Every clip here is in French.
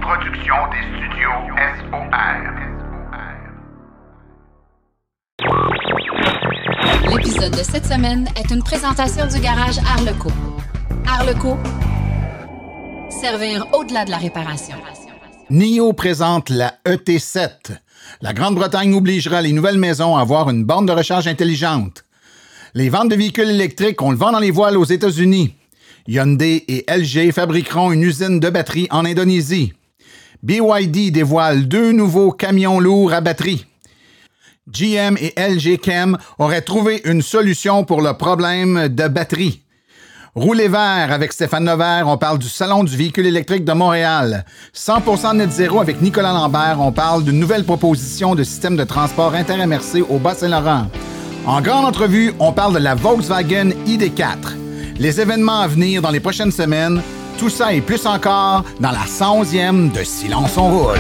production des studios SOR. L'épisode de cette semaine est une présentation du garage Arleco. Arleco, servir au-delà de la réparation. NIO présente la ET7. La Grande-Bretagne obligera les nouvelles maisons à avoir une borne de recharge intelligente. Les ventes de véhicules électriques ont le vent dans les voiles aux États-Unis. Hyundai et LG fabriqueront une usine de batterie en Indonésie. BYD dévoile 2 nouveaux camions lourds à batterie. GM et LG Chem auraient trouvé une solution pour le problème de batterie. Roulez vert avec Stéphane Levert, on parle du Salon du véhicule électrique de Montréal. 100% net zéro avec Nicolas Lambert, on parle d'une nouvelle proposition de système de transport inter-MRC au Bas-Saint-Laurent. En grande entrevue, on parle de la Volkswagen ID4. Les événements à venir dans les prochaines semaines, tout ça et plus encore dans la 111e de Silence on roule.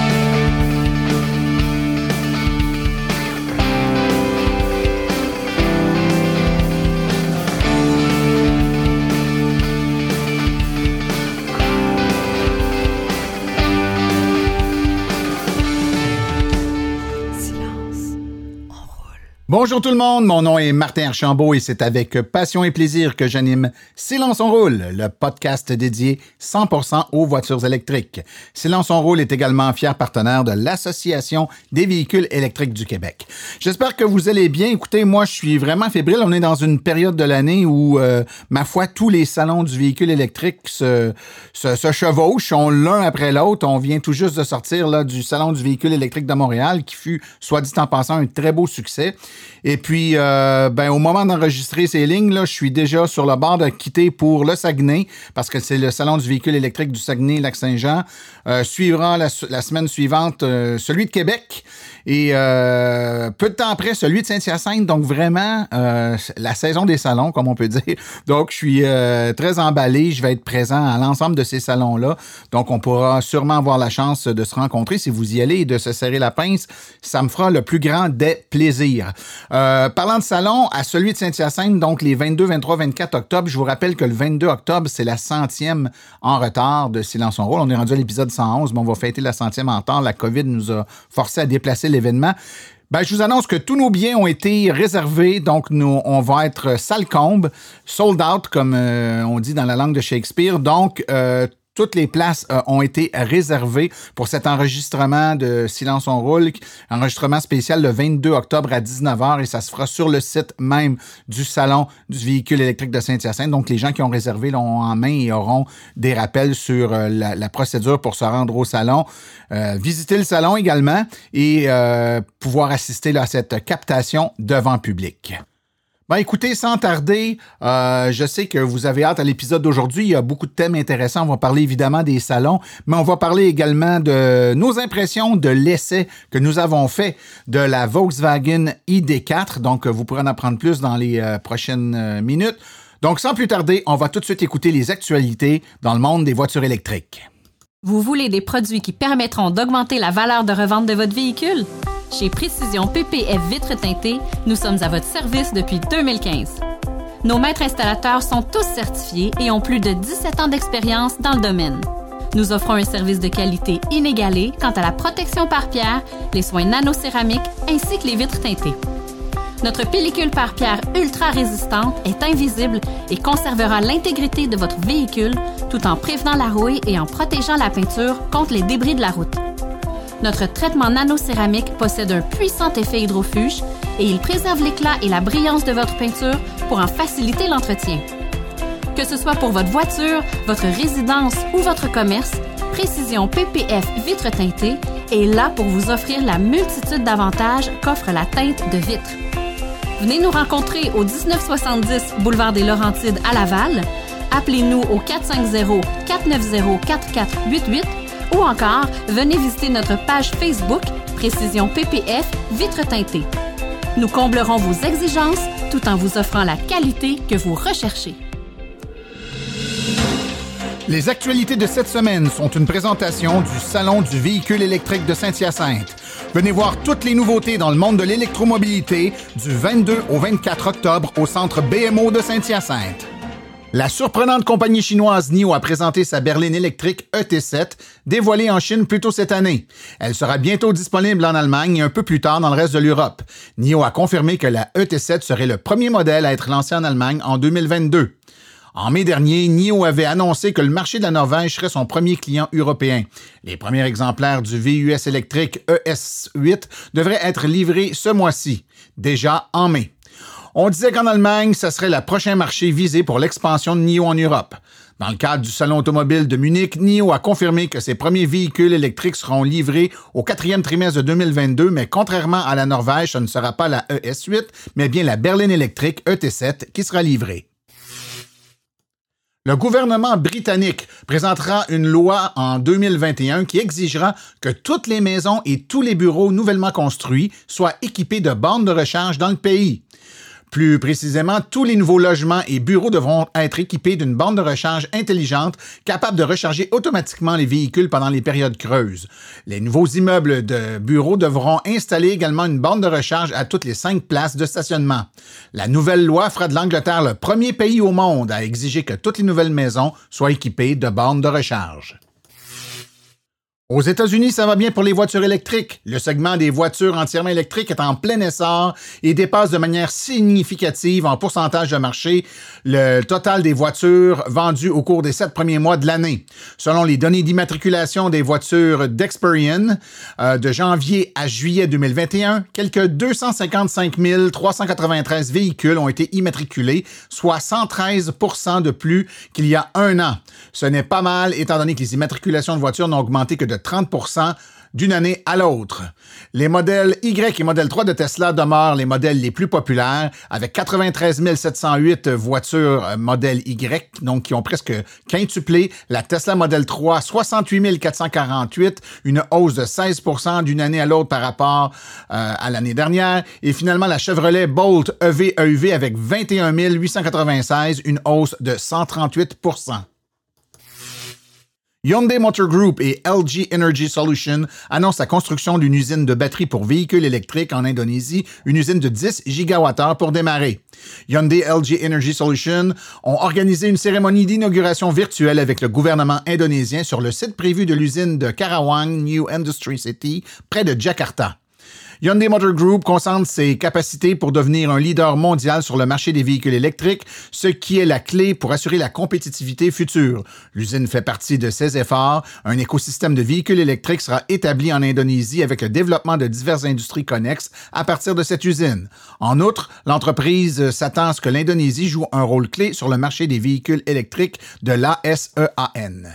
Bonjour tout le monde, mon nom est Martin Archambault et c'est avec passion et plaisir que j'anime Silence on roule, le podcast dédié 100% aux voitures électriques. Silence on roule est également fier partenaire de l'Association des véhicules électriques du Québec. J'espère que vous allez bien. Écoutez, moi je suis vraiment fébrile. On est dans une période de l'année où, ma foi, tous les salons du véhicule électrique se chevauchent, l'un après l'autre. On vient tout juste de sortir là, du Salon du véhicule électrique de Montréal qui fut, soit dit en passant, un très beau succès. Et puis, au moment d'enregistrer ces lignes, là, je suis déjà sur le bord de quitter pour le Saguenay, parce que c'est le Salon du véhicule électrique du Saguenay-Lac-Saint-Jean. Suivra la semaine suivante celui de Québec et peu de temps après celui de Saint-Hyacinthe. Donc vraiment, la saison des salons, comme on peut dire. Donc, je suis très emballé. Je vais être présent à l'ensemble de ces salons-là. Donc, on pourra sûrement avoir la chance de se rencontrer si vous y allez et de se serrer la pince. Ça me fera le plus grand des plaisirs. Parlant de salon, à celui de Saint-Hyacinthe, donc les 22, 23, 24 octobre, je vous rappelle que le 22 octobre, c'est la 100e en retard de Silence on roule. On est rendu à l'épisode 111, mais on va fêter la 100e en retard. La COVID nous a forcé à déplacer l'événement. Je vous annonce que tous nos billets ont été réservés, donc on va être salle-comble, sold out, comme on dit dans la langue de Shakespeare. Donc, toutes les places ont été réservées pour cet enregistrement de Silence on roule, enregistrement spécial le 22 octobre à 19h et ça se fera sur le site même du Salon du véhicule électrique de Saint-Hyacinthe. Donc, les gens qui ont réservé l'ont en main et auront des rappels sur la procédure pour se rendre au salon. Visiter le salon également et pouvoir assister là, à cette captation devant public. Écoutez, sans tarder, je sais que vous avez hâte à l'épisode d'aujourd'hui. Il y a beaucoup de thèmes intéressants. On va parler évidemment des salons, mais on va parler également de nos impressions de l'essai que nous avons fait de la Volkswagen ID4. Donc, vous pourrez en apprendre plus dans les prochaines minutes. Donc, sans plus tarder, on va tout de suite écouter les actualités dans le monde des voitures électriques. Vous voulez des produits qui permettront d'augmenter la valeur de revente de votre véhicule? Chez Précision PPF Vitres teintées, nous sommes à votre service depuis 2015. Nos maîtres installateurs sont tous certifiés et ont plus de 17 ans d'expérience dans le domaine. Nous offrons un service de qualité inégalé quant à la protection par pierre, les soins nanocéramiques ainsi que les vitres teintées. Notre pellicule par pierre ultra résistante est invisible et conservera l'intégrité de votre véhicule tout en prévenant la rouille et en protégeant la peinture contre les débris de la route. Notre traitement nanocéramique possède un puissant effet hydrofuge et il préserve l'éclat et la brillance de votre peinture pour en faciliter l'entretien. Que ce soit pour votre voiture, votre résidence ou votre commerce, Précision PPF Vitres teintées est là pour vous offrir la multitude d'avantages qu'offre la teinte de vitre. Venez nous rencontrer au 1970 Boulevard des Laurentides à Laval. Appelez-nous au 450-490-4488 ou encore, venez visiter notre page Facebook Précision PPF Vitres teintées. Nous comblerons vos exigences tout en vous offrant la qualité que vous recherchez. Les actualités de cette semaine sont une présentation du Salon du véhicule électrique de Saint-Hyacinthe. Venez voir toutes les nouveautés dans le monde de l'électromobilité du 22 au 24 octobre au centre BMO de Saint-Hyacinthe. La surprenante compagnie chinoise NIO a présenté sa berline électrique ET7, dévoilée en Chine plus tôt cette année. Elle sera bientôt disponible en Allemagne et un peu plus tard dans le reste de l'Europe. NIO a confirmé que la ET7 serait le premier modèle à être lancé en Allemagne en 2022. En mai dernier, NIO avait annoncé que le marché de la Norvège serait son premier client européen. Les premiers exemplaires du VUS électrique ES8 devraient être livrés ce mois-ci, déjà en mai. On disait qu'en Allemagne, ce serait le prochain marché visé pour l'expansion de NIO en Europe. Dans le cadre du Salon automobile de Munich, NIO a confirmé que ses premiers véhicules électriques seront livrés au 4e trimestre de 2022, mais contrairement à la Norvège, ce ne sera pas la ES8, mais bien la berline électrique ET7 qui sera livrée. Le gouvernement britannique présentera une loi en 2021 qui exigera que toutes les maisons et tous les bureaux nouvellement construits soient équipés de bornes de recharge dans le pays. Plus précisément, tous les nouveaux logements et bureaux devront être équipés d'une borne de recharge intelligente capable de recharger automatiquement les véhicules pendant les périodes creuses. Les nouveaux immeubles de bureaux devront installer également une borne de recharge à toutes les 5 places de stationnement. La nouvelle loi fera de l'Angleterre le premier pays au monde à exiger que toutes les nouvelles maisons soient équipées de bornes de recharge. Aux États-Unis, ça va bien pour les voitures électriques. Le segment des voitures entièrement électriques est en plein essor et dépasse de manière significative en pourcentage de marché le total des voitures vendues au cours des 7 premiers mois de l'année. Selon les données d'immatriculation des voitures d'Experian, de janvier à juillet 2021, quelques 255 393 véhicules ont été immatriculés, soit 113 % de plus qu'il y a un an. Ce n'est pas mal, étant donné que les immatriculations de voitures n'ont augmenté que de 30 % d'une année à l'autre. Les modèles Y et modèle 3 de Tesla demeurent les modèles les plus populaires, avec 93 708 voitures modèle Y, donc qui ont presque quintuplé. La Tesla modèle 3, 68 448, une hausse de 16 % d'une année à l'autre par rapport à l'année dernière. Et finalement, la Chevrolet Bolt EV avec 21 896, une hausse de 138 %. Hyundai Motor Group et LG Energy Solution annoncent la construction d'une usine de batteries pour véhicules électriques en Indonésie, une usine de 10 GWh pour démarrer. Hyundai et LG Energy Solution ont organisé une cérémonie d'inauguration virtuelle avec le gouvernement indonésien sur le site prévu de l'usine de Karawang New Industry City, près de Jakarta. Hyundai Motor Group concentre ses capacités pour devenir un leader mondial sur le marché des véhicules électriques, ce qui est la clé pour assurer la compétitivité future. L'usine fait partie de ces efforts. Un écosystème de véhicules électriques sera établi en Indonésie avec le développement de diverses industries connexes à partir de cette usine. En outre, l'entreprise s'attend à ce que l'Indonésie joue un rôle clé sur le marché des véhicules électriques de l'ASEAN.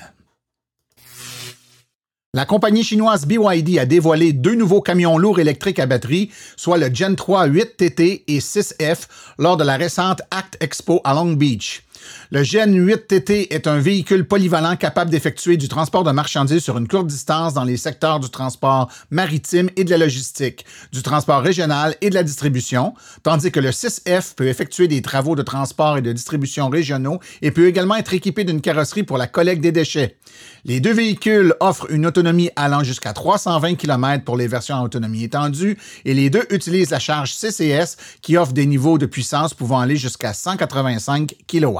La compagnie chinoise BYD a dévoilé 2 nouveaux camions lourds électriques à batterie, soit le Gen 3 8TT et 6F, lors de la récente ACT Expo à Long Beach. Le Gen 8TT est un véhicule polyvalent capable d'effectuer du transport de marchandises sur une courte distance dans les secteurs du transport maritime et de la logistique, du transport régional et de la distribution, tandis que le 6F peut effectuer des travaux de transport et de distribution régionaux et peut également être équipé d'une carrosserie pour la collecte des déchets. Les 2 véhicules offrent une autonomie allant jusqu'à 320 km pour les versions à autonomie étendue et les 2 utilisent la charge CCS qui offre des niveaux de puissance pouvant aller jusqu'à 185 kW.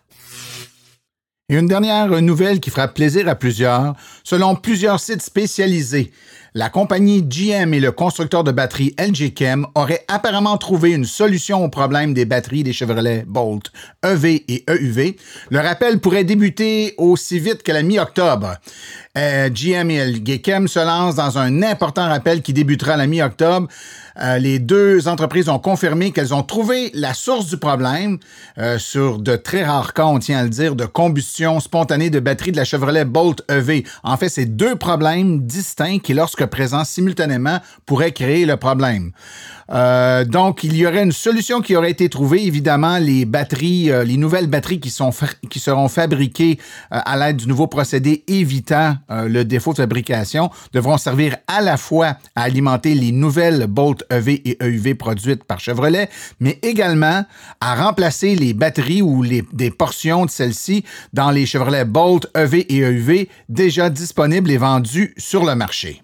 Et une dernière nouvelle qui fera plaisir à plusieurs. Selon plusieurs sites spécialisés, la compagnie GM et le constructeur de batteries LG Chem auraient apparemment trouvé une solution au problème des batteries des Chevrolet Bolt EV et EUV. Le rappel pourrait débuter aussi vite que la mi-octobre. GM et LG Chem se lancent dans un important rappel qui débutera à la mi-octobre. Les 2 entreprises ont confirmé qu'elles ont trouvé la source du problème sur de très rares cas, on tient à le dire, de combustion spontanée de batterie de la Chevrolet Bolt EV. En fait, c'est 2 problèmes distincts qui, lorsque présents simultanément, pourraient créer le problème. Donc, il y aurait une solution qui aurait été trouvée. Évidemment, les batteries, les nouvelles batteries qui seront fabriquées à l'aide du nouveau procédé évitant le défaut de fabrication devront servir à la fois à alimenter les nouvelles Bolt EV et EUV produites par Chevrolet, mais également à remplacer les batteries ou des portions de celles-ci dans les Chevrolet Bolt EV et EUV déjà disponibles et vendus sur le marché.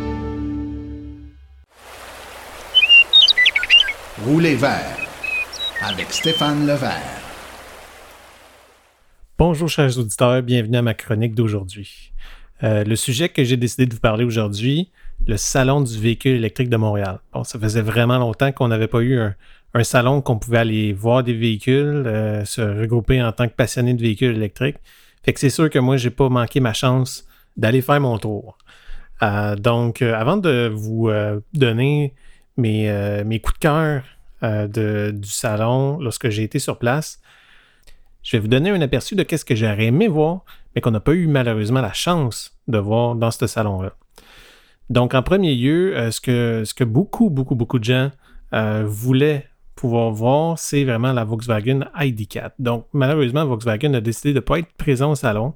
Roulez vert. avec Stéphane Levert. Bonjour chers auditeurs, bienvenue à ma chronique d'aujourd'hui. Le sujet que j'ai décidé de vous parler aujourd'hui, le Salon du véhicule électrique de Montréal. Bon, ça faisait vraiment longtemps qu'on n'avait pas eu un salon qu'on pouvait aller voir des véhicules, se regrouper en tant que passionné de véhicules électriques. Fait que c'est sûr que moi, j'ai pas manqué ma chance d'aller faire mon tour. Donc, avant de vous donner mes coups de cœur du salon lorsque j'ai été sur place, je vais vous donner un aperçu de ce que j'aurais aimé voir, mais qu'on n'a pas eu malheureusement la chance de voir dans ce salon-là. Donc, en premier lieu, ce que beaucoup de gens voulaient pouvoir voir, c'est vraiment la Volkswagen ID4. Donc, malheureusement, Volkswagen a décidé de ne pas être présent au salon.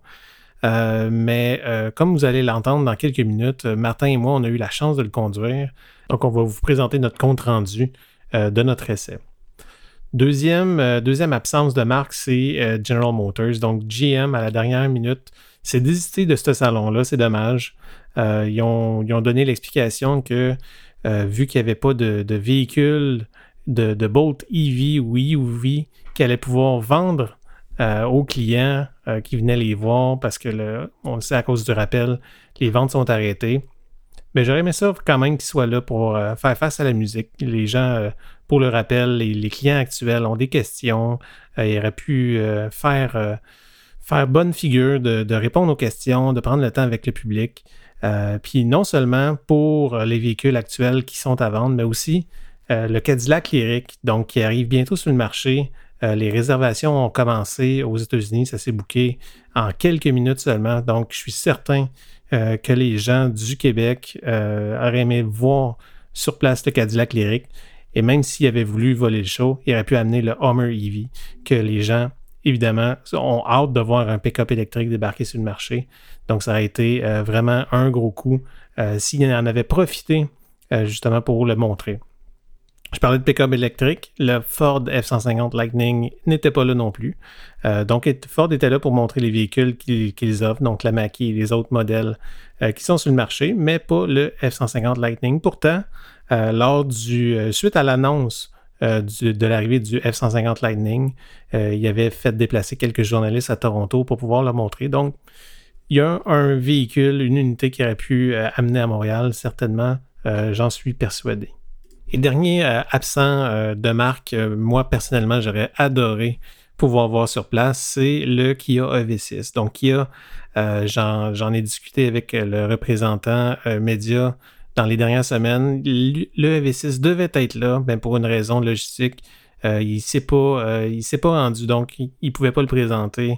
Mais comme vous allez l'entendre dans quelques minutes, Martin et moi, on a eu la chance de le conduire. Donc, on va vous présenter notre compte-rendu de notre essai. Deuxième absence de marque, c'est General Motors. Donc, GM, à la dernière minute, s'est désisté de ce salon-là. C'est dommage. Ils ont donné l'explication que, vu qu'il n'y avait pas de véhicule de Bolt EV ou EUV qu'ils allaient pouvoir vendre aux clients qui venaient les voir parce que, on le sait, à cause du rappel, les ventes sont arrêtées. Mais j'aurais aimé ça quand même qu'ils soient là pour faire face à la musique. Les gens, pour le rappel, les clients actuels ont des questions. Ils auraient pu faire bonne figure de répondre aux questions, de prendre le temps avec le public. Puis non seulement pour les véhicules actuels qui sont à vendre, mais aussi le Cadillac Lyriq, donc qui arrive bientôt sur le marché. Les réservations ont commencé aux États-Unis, ça s'est booké en quelques minutes seulement. Donc, je suis certain que les gens du Québec auraient aimé voir sur place le Cadillac Lyriq. Et même s'ils avaient voulu voler le show, ils auraient pu amener le Hummer EV, que les gens, évidemment, ont hâte de voir un pick-up électrique débarquer sur le marché. Donc, ça a été vraiment un gros coup s'ils en avaient profité justement pour le montrer. Je parlais de pick-up électrique. Le Ford F-150 Lightning n'était pas là non plus. Donc, Ford était là pour montrer les véhicules qu'ils offrent, donc la Mach-E et les autres modèles qui sont sur le marché, mais pas le F-150 Lightning. Pourtant, suite à l'annonce de l'arrivée du F-150 Lightning, il avait fait déplacer quelques journalistes à Toronto pour pouvoir le montrer. Donc, il y a un véhicule, une unité qui aurait pu amener à Montréal, certainement, j'en suis persuadé. Et dernier absent de marque, moi personnellement, j'aurais adoré pouvoir voir sur place, c'est le Kia EV6. Donc Kia, j'en ai discuté avec le représentant média dans les dernières semaines. Le EV6 devait être là, ben pour une raison logistique. Il s'est pas rendu, donc il ne pouvait pas le présenter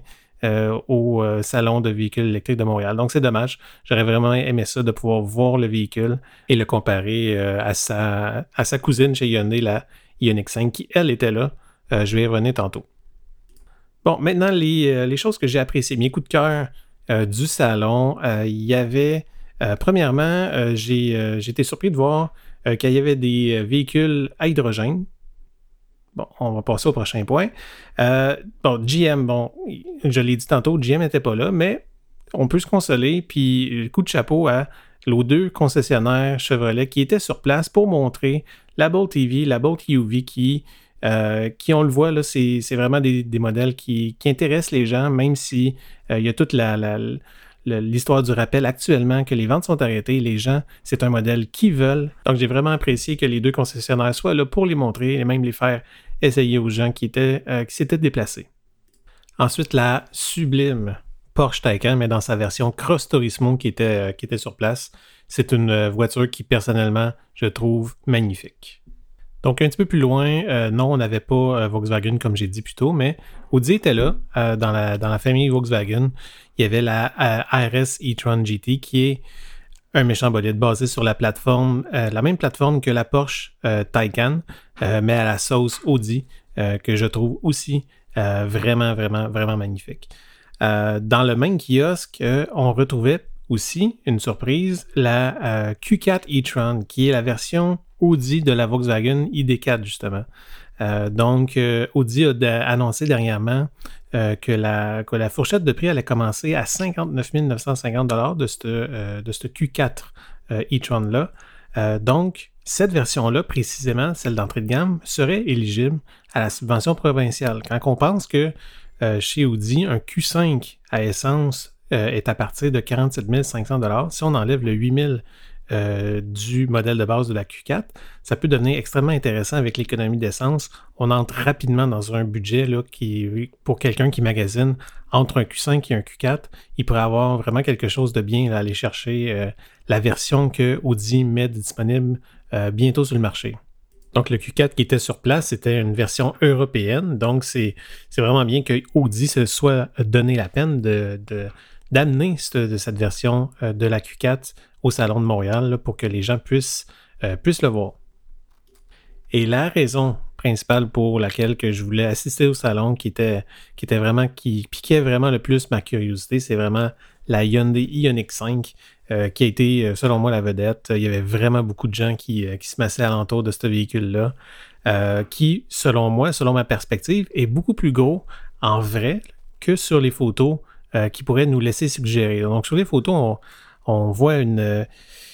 au Salon de véhicules électriques de Montréal. Donc, c'est dommage. J'aurais vraiment aimé ça, de pouvoir voir le véhicule et le comparer à sa cousine chez Hyundai, la Ioniq 5, qui, elle, était là. Je vais y revenir tantôt. Bon, maintenant, les choses que j'ai appréciées, mes coups de cœur du salon, il y avait, premièrement, j'ai été surpris de voir qu'il y avait des véhicules à hydrogène. Bon, on va passer au prochain point. GM, je l'ai dit tantôt, GM n'était pas là, mais on peut se consoler, puis coup de chapeau aux deux concessionnaires Chevrolet qui étaient sur place pour montrer la Bolt EV, la Bolt EUV qui on le voit, là, c'est vraiment des modèles qui intéressent les gens, même si il y a toute l'histoire du rappel actuellement que les ventes sont arrêtées. Les gens, c'est un modèle qu'ils veulent. Donc, j'ai vraiment apprécié que les deux concessionnaires soient là pour les montrer et même les faire essayer aux gens qui s'étaient déplacés. Ensuite, la sublime Porsche Taycan, mais dans sa version Cross Turismo qui était sur place. C'est une voiture qui, personnellement, je trouve magnifique. Donc, un petit peu plus loin, non, on n'avait pas Volkswagen, comme j'ai dit plus tôt, mais Audi était là, dans la famille Volkswagen. Il y avait la RS e-tron GT, qui est un méchant bolide basé sur la même plateforme que la Porsche Taycan, mais à la sauce Audi, que je trouve aussi vraiment, vraiment, vraiment magnifique. Dans le même kiosque, on retrouvait aussi une surprise, la Q4 e-tron, qui est la version Audi de la Volkswagen ID4, justement. Donc, Audi a annoncé dernièrement que la fourchette de prix allait commencer à 59 950 $ de ce Q4 e-tron-là. Donc, cette version-là, précisément, celle d'entrée de gamme, serait éligible à la subvention provinciale. Quand on pense que chez Audi, un Q5 à essence est à partir de 47 500 $, si on enlève le 8 000 du modèle de base de la Q4, ça peut devenir extrêmement intéressant avec l'économie d'essence. On entre rapidement dans un budget là, qui, pour quelqu'un qui magasine entre un Q5 et un Q4, il pourrait avoir vraiment quelque chose de bien à aller chercher la version que Audi met disponible bientôt sur le marché. Donc le Q4 qui était sur place, c'était une version européenne, donc c'est vraiment bien que Audi se soit donné la peine d'amener cette version de la Q4 au Salon de Montréal là, pour que les gens puissent le voir. Et la raison principale pour laquelle que je voulais assister au salon, qui piquait vraiment le plus ma curiosité, c'est vraiment la Hyundai Ioniq 5 qui a été, selon moi, la vedette. Il y avait vraiment beaucoup de gens qui se massaient alentour de ce véhicule-là, qui, selon moi, selon ma perspective, est beaucoup plus gros en vrai que sur les photos qui pourraient nous laisser suggérer. Donc, sur les photos, on voit une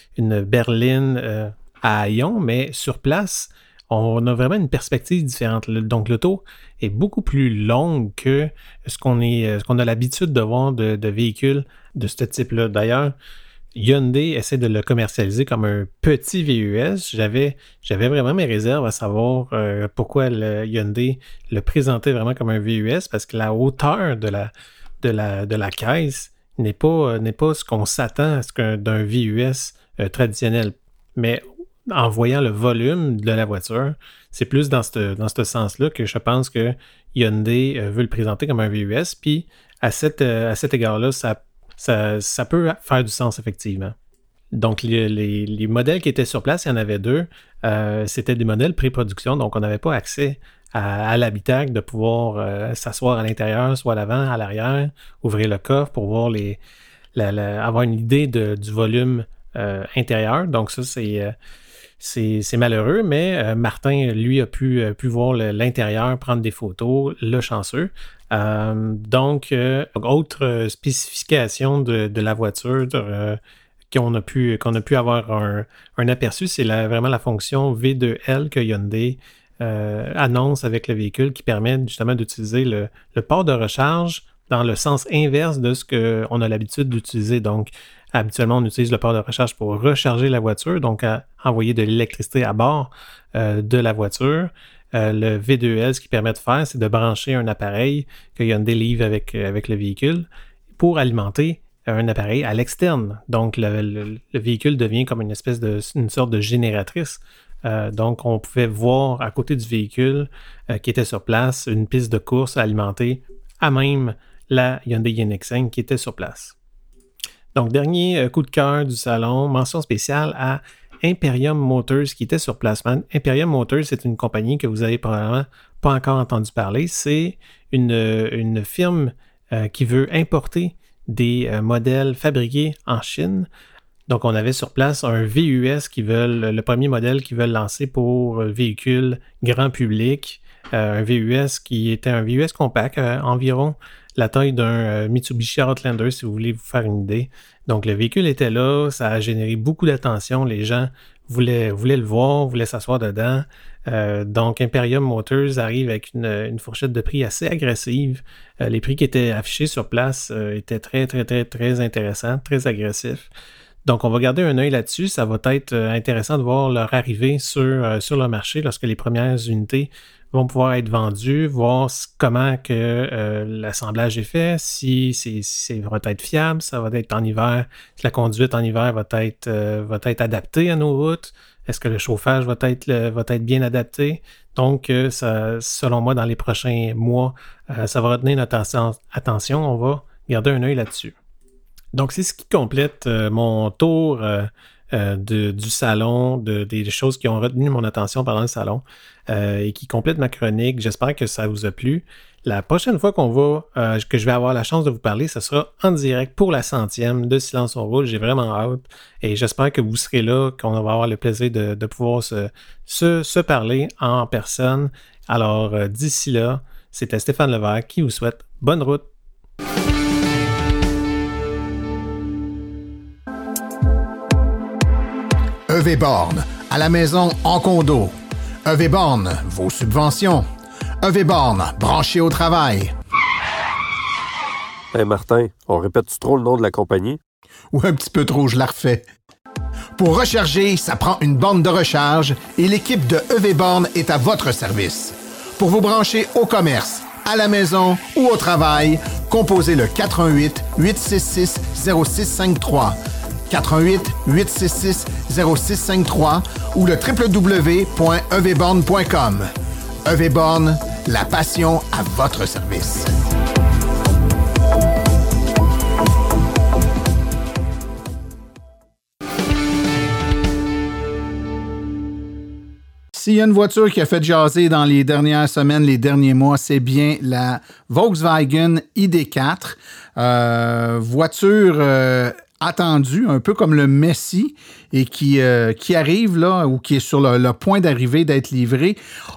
berline à haillons, mais sur place, on a vraiment une perspective différente. Donc, l'auto est beaucoup plus longue que ce qu'on a l'habitude de voir de véhicules de ce type-là. D'ailleurs, Hyundai essaie de le commercialiser comme un petit VUS. J'avais vraiment mes réserves à savoir pourquoi Hyundai le présentait vraiment comme un VUS, parce que la hauteur de la caisse n'est pas ce qu'on s'attend d'un VUS traditionnel. Mais en voyant le volume de la voiture, c'est plus dans ce sens-là que je pense que Hyundai veut le présenter comme un VUS. Puis à cet égard-là, ça peut faire du sens, effectivement. Donc, les modèles qui étaient sur place, il y en avait deux. C'était des modèles pré-production, donc on n'avait pas accès à l'habitacle de pouvoir s'asseoir à l'intérieur, soit à l'avant, à l'arrière, ouvrir le coffre pour voir avoir une idée du volume intérieur. Donc, ça, c'est malheureux, mais Martin, lui, a pu voir l'intérieur, prendre des photos, le chanceux. Donc, autre spécification de la voiture qu'on a pu avoir un aperçu, c'est vraiment la fonction V2L que Hyundai annonce avec le véhicule, qui permet justement d'utiliser le port de recharge dans le sens inverse de ce qu'on a l'habitude d'utiliser. Donc, habituellement, on utilise le port de recharge pour recharger la voiture, donc à envoyer de l'électricité à bord de la voiture. Le V2L, ce qu'il permet de faire, c'est de brancher un appareil que Hyundai livre avec le véhicule pour alimenter un appareil à l'externe. Donc, le véhicule devient comme une sorte de génératrice. Donc, on pouvait voir à côté du véhicule qui était sur place une piste de course alimentée à même la Hyundai Ioniq 5 qui était sur place. Donc, dernier coup de cœur du salon, mention spéciale à Imperium Motors qui était sur place. Imperium Motors, c'est une compagnie que vous avez probablement pas encore entendu parler. C'est une firme qui veut importer des modèles fabriqués en Chine. Donc, on avait sur place un VUS le premier modèle qu'ils veulent lancer pour véhicule grand public. Un VUS qui était un VUS compact, environ la taille d'un Mitsubishi Outlander, si vous voulez vous faire une idée. Donc, le véhicule était là, ça a généré beaucoup d'attention. Les gens voulaient le voir, voulaient s'asseoir dedans. Donc, Imperium Motors arrive avec une fourchette de prix assez agressive. Les prix qui étaient affichés sur place étaient très, très, très, très intéressants, très agressifs. Donc, on va garder un œil là-dessus. Ça va être intéressant de voir leur arrivée sur le marché lorsque les premières unités vont pouvoir être vendues, voir comment que l'assemblage est fait, si c'est va être fiable, ça va être en hiver, si la conduite en hiver va être adaptée à nos routes, est-ce que le chauffage va être bien adapté. Donc, ça, selon moi, dans les prochains mois, ça va retenir notre attention. On va garder un œil là-dessus. Donc, c'est ce qui complète mon tour du salon, des choses qui ont retenu mon attention pendant le salon et qui complètent ma chronique. J'espère que ça vous a plu. La prochaine fois que je vais avoir la chance de vous parler, ce sera en direct pour la 100e de Silence on roule. J'ai vraiment hâte et j'espère que vous serez là, qu'on va avoir le plaisir de pouvoir se parler en personne. Alors, d'ici là, c'était Stéphane Levert qui vous souhaite bonne route. EV Born, à la maison, en condo. EV Born, vos subventions. EV-Born, branché au travail. Hey Martin, on répète-tu trop le nom de la compagnie? Ou un petit peu trop, je la refais. Pour recharger, ça prend une borne de recharge et l'équipe de EV-Born est à votre service. Pour vous brancher au commerce, à la maison ou au travail, composez le 418-866-0653. 418-866-0653 ou le www.evborn.com. EV-Born, la passion à votre service. S'il y a une voiture qui a fait jaser dans les dernières semaines, les derniers mois, c'est bien la Volkswagen ID.4. Voiture attendue, un peu comme le Messi, et qui arrive là, ou qui est sur le point d'arriver, d'être livré.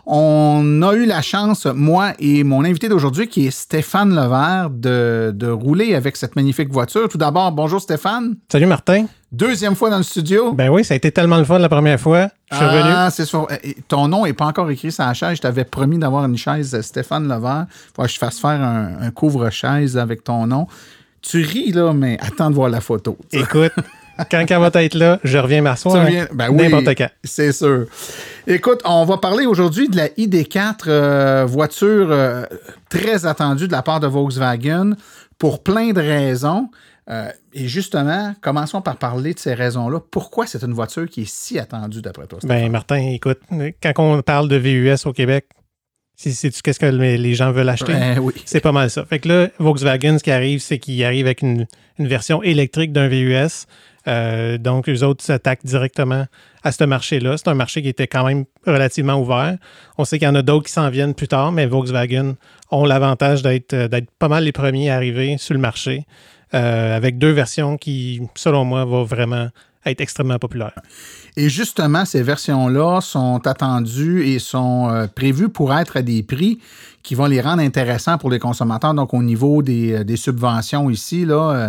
On a eu la chance, moi et mon invité d'aujourd'hui, qui est Stéphane Levert, de rouler avec cette magnifique voiture. Tout d'abord, bonjour Stéphane. Salut Martin. Deuxième fois dans le studio. Ben oui, ça a été tellement le fun la première fois. Je suis revenu. C'est sûr. Ton nom n'est pas encore écrit sur la chaise. Je t'avais promis d'avoir une chaise Stéphane Levert. Il faut que je fasse faire un couvre-chaise avec ton nom. Tu ris, là, mais attends de voir la photo. Écoute, quand elle va être là, je reviens m'asseoir. Ben oui, n'importe quand. C'est sûr. Écoute, on va parler aujourd'hui de la ID.4, voiture très attendue de la part de Volkswagen pour plein de raisons. Et justement, commençons par parler de ces raisons-là. Pourquoi c'est une voiture qui est si attendue d'après toi, Stéphane? Ben Martin, écoute, quand on parle de VUS au Québec, sais-tu qu'est-ce que les gens veulent acheter? Oui. C'est pas mal ça. Fait que là, Volkswagen, ce qui arrive, c'est qu'il arrive avec une version électrique d'un VUS. Donc, eux autres s'attaquent directement à ce marché-là. C'est un marché qui était quand même relativement ouvert. On sait qu'il y en a d'autres qui s'en viennent plus tard, mais Volkswagen ont l'avantage d'être pas mal les premiers à arriver sur le marché avec deux versions qui, selon moi, vont vraiment être extrêmement populaires. Et justement, ces versions-là sont attendues et sont prévues pour être à des prix qui vont les rendre intéressants pour les consommateurs. Donc, au niveau des subventions ici, là,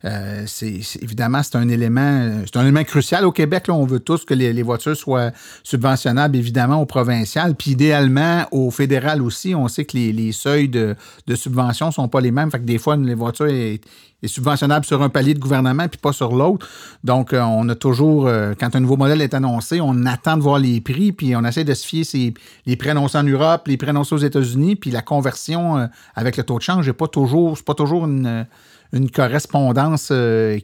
évidemment, c'est un élément crucial au Québec. Là, on veut tous que les voitures soient subventionnables, évidemment, au provincial, puis idéalement, au fédéral aussi. On sait que les seuils de subvention ne sont pas les mêmes. Fait que des fois, les voitures est subventionnable sur un palier de gouvernement puis pas sur l'autre. Donc, on a toujours, quand un nouveau modèle est annoncé, on attend de voir les prix puis on essaie de se fier les prix annoncés en Europe, les prix annoncés aux États-Unis, puis la conversion avec le taux de change c'est pas toujours une correspondance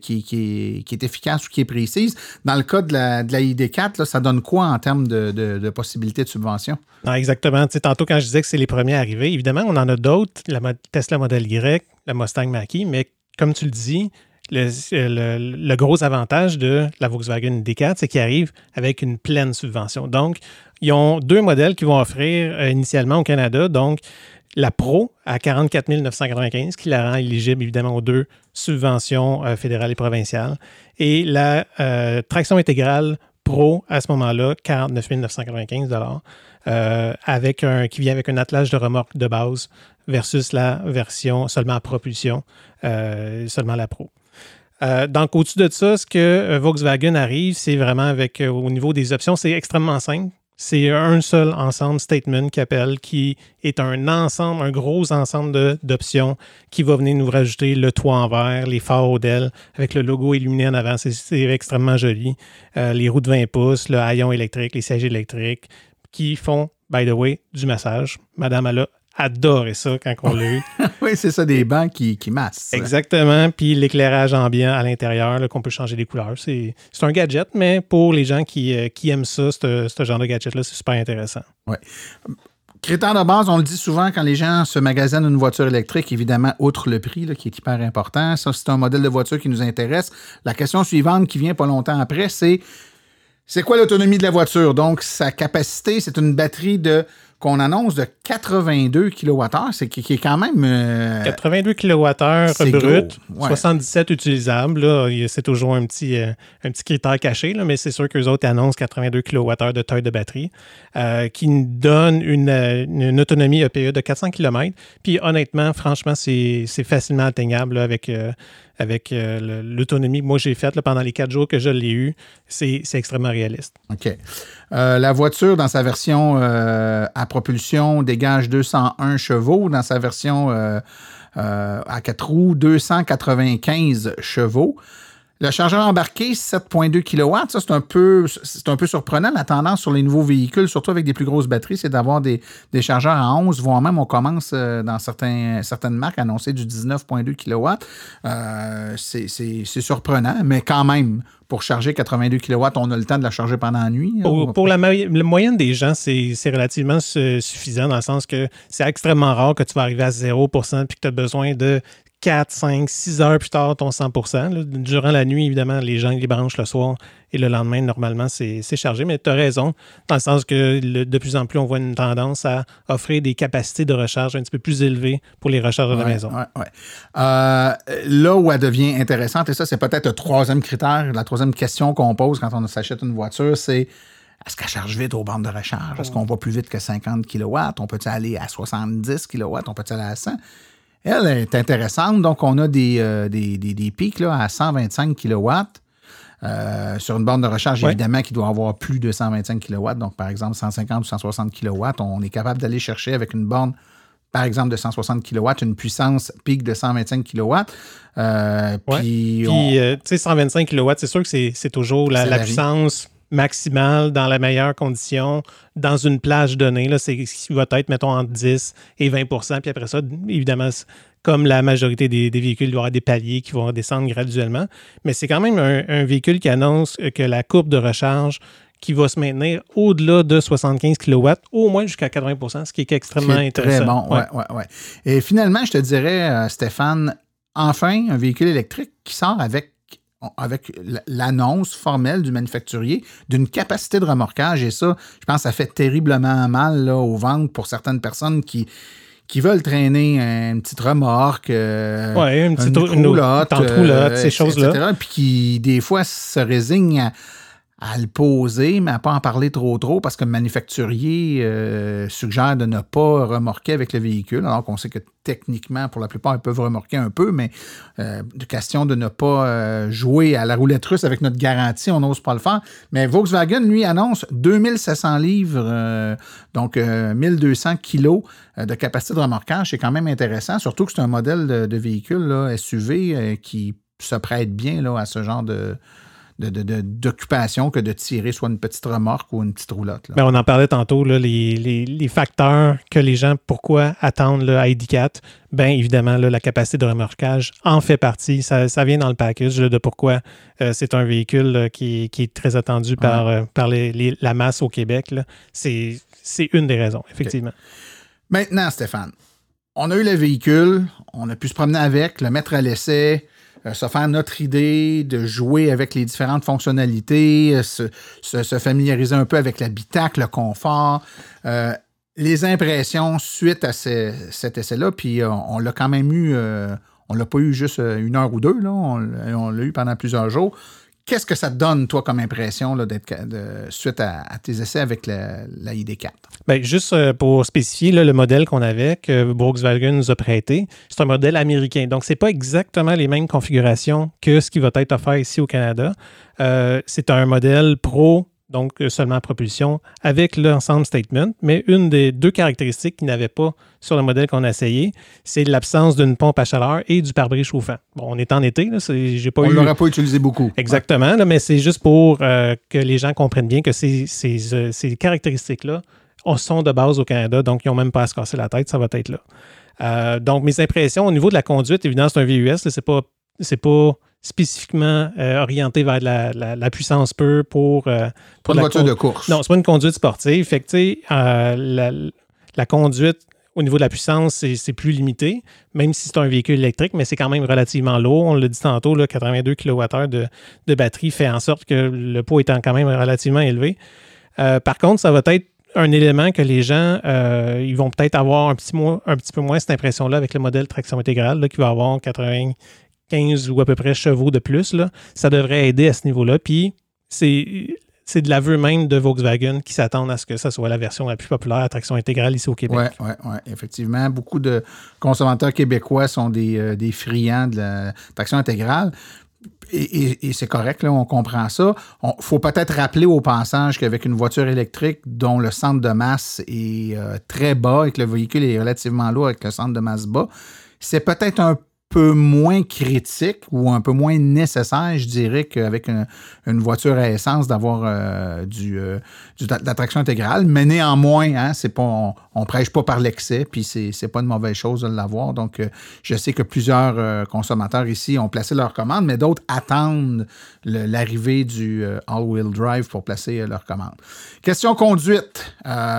qui est efficace ou qui est précise. Dans le cas de la ID.4, là, ça donne quoi en termes de possibilités de subvention? Non, exactement. Tu sais, tantôt, quand je disais que c'est les premiers à arriver, évidemment, on en a d'autres, la Tesla Model Y, la Mustang Mach-E, mais comme tu le dis, le gros avantage de la Volkswagen ID.4, c'est qu'ils arrivent avec une pleine subvention. Donc, ils ont deux modèles qu'ils vont offrir initialement au Canada. Donc, la Pro à 44 995, qui la rend éligible évidemment aux deux subventions fédérales et provinciales. Et la traction intégrale Pro, à ce moment-là, 49 995 qui vient avec un attelage de remorque de base versus la version seulement à propulsion, seulement la Pro. Donc, au-dessus de ça, ce que Volkswagen arrive, c'est vraiment avec, au niveau des options, c'est extrêmement simple. C'est un seul ensemble statement qui appelle, qui est un gros ensemble d'options qui va venir nous rajouter le toit en verre, les phares Odell avec le logo illuminé en avant. C'est extrêmement joli. Les roues de 20 pouces, le haillon électrique, les sièges électriques qui font, by the way, du massage. Madame, elle a adoré ça quand on l'a eu. Oui, c'est ça, des bancs qui massent. Exactement. Puis l'éclairage ambiant à l'intérieur, là, qu'on peut changer les couleurs. C'est un gadget, mais pour les gens qui aiment ça, ce genre de gadget-là, c'est super intéressant. Oui. Critère de base, on le dit souvent quand les gens se magasinent une voiture électrique, évidemment, outre le prix, là, qui est hyper important. Ça, c'est un modèle de voiture qui nous intéresse. La question suivante qui vient pas longtemps après, c'est quoi l'autonomie de la voiture? Donc, sa capacité, c'est une batterie qu'on annonce de 82 kWh, qui est quand même... 82 kWh brut, ouais. 77 utilisables. Là, c'est toujours un petit critère caché, là, mais c'est sûr qu'eux autres annoncent 82 kWh de taille de batterie, qui nous donne une autonomie EPE de 400 km. Puis honnêtement, franchement, c'est facilement atteignable là, avec l'autonomie que moi j'ai faite là, pendant les 4 jours que je l'ai eu. C'est extrêmement réaliste. OK. La voiture, dans sa version à propulsion dégage 201 chevaux. Dans sa version à 4 roues, 295 chevaux. Le chargeur embarqué, 7,2 kW, ça, c'est un peu surprenant. La tendance sur les nouveaux véhicules, surtout avec des plus grosses batteries, c'est d'avoir des chargeurs à 11, voire même on commence dans certaines marques à annoncer du 19,2 kW. C'est surprenant, mais quand même, pour charger 82 kW, on a le temps de la charger pendant la nuit. Pour la moyenne des gens, c'est relativement suffisant dans le sens que c'est extrêmement rare que tu vas arriver à 0% puis que tu as besoin de 4, 5, 6 heures plus tard, ton 100%. Là, durant la nuit, évidemment, les gens les branchent le soir et le lendemain, normalement, c'est chargé. Mais tu as raison, dans le sens que de plus en plus, on voit une tendance à offrir des capacités de recharge un petit peu plus élevées pour les recharges de la maison. Là où elle devient intéressante, et ça, c'est peut-être le troisième critère, la troisième question qu'on pose quand on s'achète une voiture, c'est est-ce qu'elle charge vite aux bornes de recharge? Est-ce qu'on va plus vite que 50 kW? On peut-il aller à 70 kW? On peut-il aller à 100? Elle est intéressante. Donc, on a des pics là, à 125 kW. Sur une borne de recharge, évidemment, qui doit avoir plus de 125 kW. Donc, par exemple, 150 ou 160 kW. On est capable d'aller chercher avec une borne, par exemple, de 160 kW, une puissance pic de 125 kW. Puis, tu sais, 125 kW, c'est sûr que c'est toujours la puissance maximale dans la meilleure condition dans une plage donnée. Là, c'est ce qui va être, mettons, entre 10 et 20 %. Puis après ça, évidemment, comme la majorité des véhicules, il doit y avoir des paliers qui vont descendre graduellement. Mais c'est quand même un véhicule qui annonce que la courbe de recharge qui va se maintenir au-delà de 75 kW, au moins jusqu'à 80 %, ce qui est extrêmement intéressant. Très bon, oui. Et finalement, je te dirais, Stéphane, enfin, un véhicule électrique qui sort avec l'annonce formelle du manufacturier d'une capacité de remorquage. Et ça, je pense que ça fait terriblement mal là, aux ventes pour certaines personnes qui veulent traîner une petite remorque, une petite roulotte, ces choses-là. etc. Puis qui, des fois, se résignent à le poser, mais à ne pas en parler trop parce que le manufacturier suggère de ne pas remorquer avec le véhicule, alors qu'on sait que techniquement, pour la plupart, ils peuvent remorquer un peu, mais de question de ne pas jouer à la roulette russe avec notre garantie, on n'ose pas le faire. Mais Volkswagen, lui, annonce 2700 livres, donc 1200 kilos de capacité de remorquage. C'est quand même intéressant, surtout que c'est un modèle de véhicule là, SUV qui se prête bien là, à ce genre d'occupation que de tirer soit une petite remorque ou une petite roulotte. Là. Ben, on en parlait tantôt, là, les facteurs que les gens, pourquoi attendent le ID4? Bien, évidemment, là, la capacité de remorquage en fait partie. Ça vient dans le package là, de pourquoi c'est un véhicule là, qui est très attendu par la masse au Québec. Là. C'est une des raisons, effectivement. Okay. Maintenant, Stéphane, on a eu le véhicule, on a pu se promener avec, le mettre à l'essai, se faire notre idée, de jouer avec les différentes fonctionnalités, se familiariser un peu avec l'habitacle, le confort, les impressions suite à cet essai-là. Puis on l'a quand même eu, on l'a pas eu juste une heure ou deux, là, on l'a eu pendant plusieurs jours. Qu'est-ce que ça te donne, toi, comme impression là, suite à tes essais avec la ID4? Bien, juste pour spécifier là, le modèle qu'on avait, que Volkswagen nous a prêté, c'est un modèle américain. Donc, ce n'est pas exactement les mêmes configurations que ce qui va être offert ici au Canada. C'est un modèle Pro, donc seulement propulsion, avec l'ensemble Statement. Mais une des deux caractéristiques qu'il n'avait pas sur le modèle qu'on a essayé, c'est l'absence d'une pompe à chaleur et du pare-brise chauffant. Bon, on est en été, là, on ne l'aurait pas utilisé beaucoup. Exactement, là, mais c'est juste pour que les gens comprennent bien que ces caractéristiques-là sont de base au Canada, donc ils n'ont même pas à se casser la tête, ça va être là. Donc, mes impressions au niveau de la conduite, évidemment, c'est un VUS, c'est pas spécifiquement orienté vers la puissance pure pour une voiture de course. Non, c'est pas une conduite sportive. Fait que, tu sais, la conduite au niveau de la puissance, c'est plus limité, même si c'est un véhicule électrique, mais c'est quand même relativement lourd. On l'a dit tantôt, là, 82 kWh de batterie fait en sorte que le poids étant quand même relativement élevé. Par contre, ça va être un élément que les gens, ils vont peut-être avoir un petit peu moins cette impression-là avec le modèle traction intégrale, là, qui va avoir 95 ou à peu près chevaux de plus. Là. Ça devrait aider à ce niveau-là. Puis, c'est de l'aveu même de Volkswagen qui s'attendent à ce que ça soit la version la plus populaire à traction intégrale ici au Québec. Oui, effectivement. Beaucoup de consommateurs québécois sont des friands de la traction intégrale. Et c'est correct, là, on comprend ça. Il faut peut-être rappeler au passage qu'avec une voiture électrique dont le centre de masse est très bas et que le véhicule est relativement lourd avec le centre de masse bas, c'est peut-être un peu moins critique ou un peu moins nécessaire, je dirais, qu'avec une voiture à essence d'avoir de la traction intégrale. Mais néanmoins, hein, c'est pas, on prêche pas par l'excès, puis c'est pas une mauvaise chose de l'avoir. Donc, je sais que plusieurs consommateurs ici ont placé leur commande, mais d'autres attendent l'arrivée du all-wheel drive pour placer leur commande. Question conduite,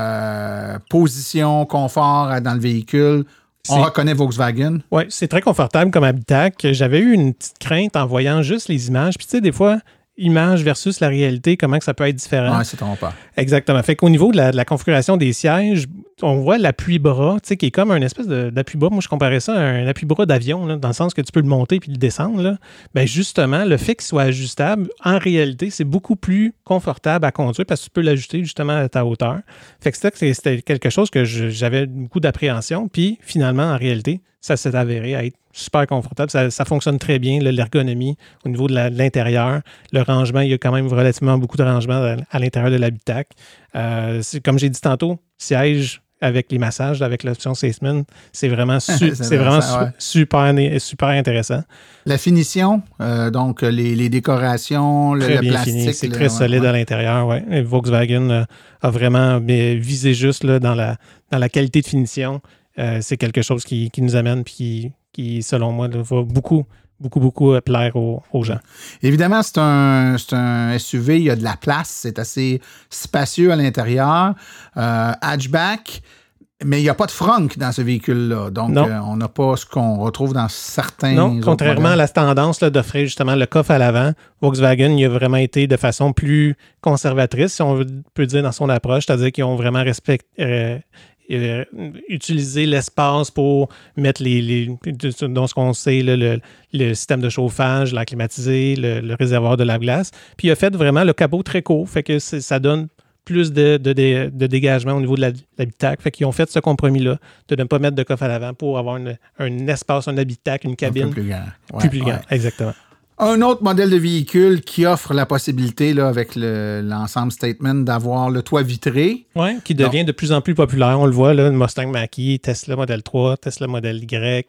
position, confort dans le véhicule. On reconnaît Volkswagen. Oui, c'est très confortable comme habitacle. J'avais eu une petite crainte en voyant juste les images. Puis tu sais, des fois, image versus la réalité, comment que ça peut être différent. Oui, c'est trompeur. Exactement. Fait qu'au niveau de la configuration des sièges, on voit l'appui-bras, tu sais, qui est comme un espèce d'appui-bras. Moi, je comparais ça à un appui-bras d'avion, là, dans le sens que tu peux le monter puis le descendre. Là. Ben justement, le fait qu'il soit ajustable, en réalité, c'est beaucoup plus confortable à conduire parce que tu peux l'ajuster justement à ta hauteur. Fait que c'était quelque chose que j'avais beaucoup d'appréhension. Puis finalement, en réalité, ça s'est avéré être super confortable. Ça fonctionne très bien, l'ergonomie au niveau de l'intérieur. Le rangement, il y a quand même relativement beaucoup de rangement à l'intérieur de l'habitacle. Comme j'ai dit tantôt, siège avec les massages, avec l'option Seisman, c'est vraiment, super intéressant. La finition, donc les décorations, le plastique. Fini. C'est très solide à l'intérieur, oui. Volkswagen a vraiment visé juste là, dans la qualité de finition. C'est quelque chose qui nous amène et qui, selon moi, va beaucoup plaire aux gens. Évidemment, c'est un SUV, il y a de la place, c'est assez spacieux à l'intérieur. Hatchback, mais il n'y a pas de frunk dans ce véhicule-là. Donc, on n'a pas ce qu'on retrouve dans certains autres contrairement modèles. à la tendance là, d'offrir justement le coffre à l'avant, Volkswagen il a vraiment été de façon plus conservatrice, si on peut dire, dans son approche, c'est-à-dire qu'ils ont vraiment utiliser l'espace pour mettre dans ce qu'on sait, le système de chauffage, l'air climatisé, le réservoir de lave-glace. Puis il a fait vraiment le capot très court, fait que ça donne plus de dégagement au niveau de l'habitacle. Fait qu'ils ont fait ce compromis-là de ne pas mettre de coffre à l'avant pour avoir un espace, un habitacle, une cabine plus grand. Plus grand, exactement. Un autre modèle de véhicule qui offre la possibilité, là, avec l'ensemble Statement, d'avoir le toit vitré. Oui, qui devient de plus en plus populaire. On le voit, là, le Mustang Mach-E, Tesla Model 3, Tesla Model Y,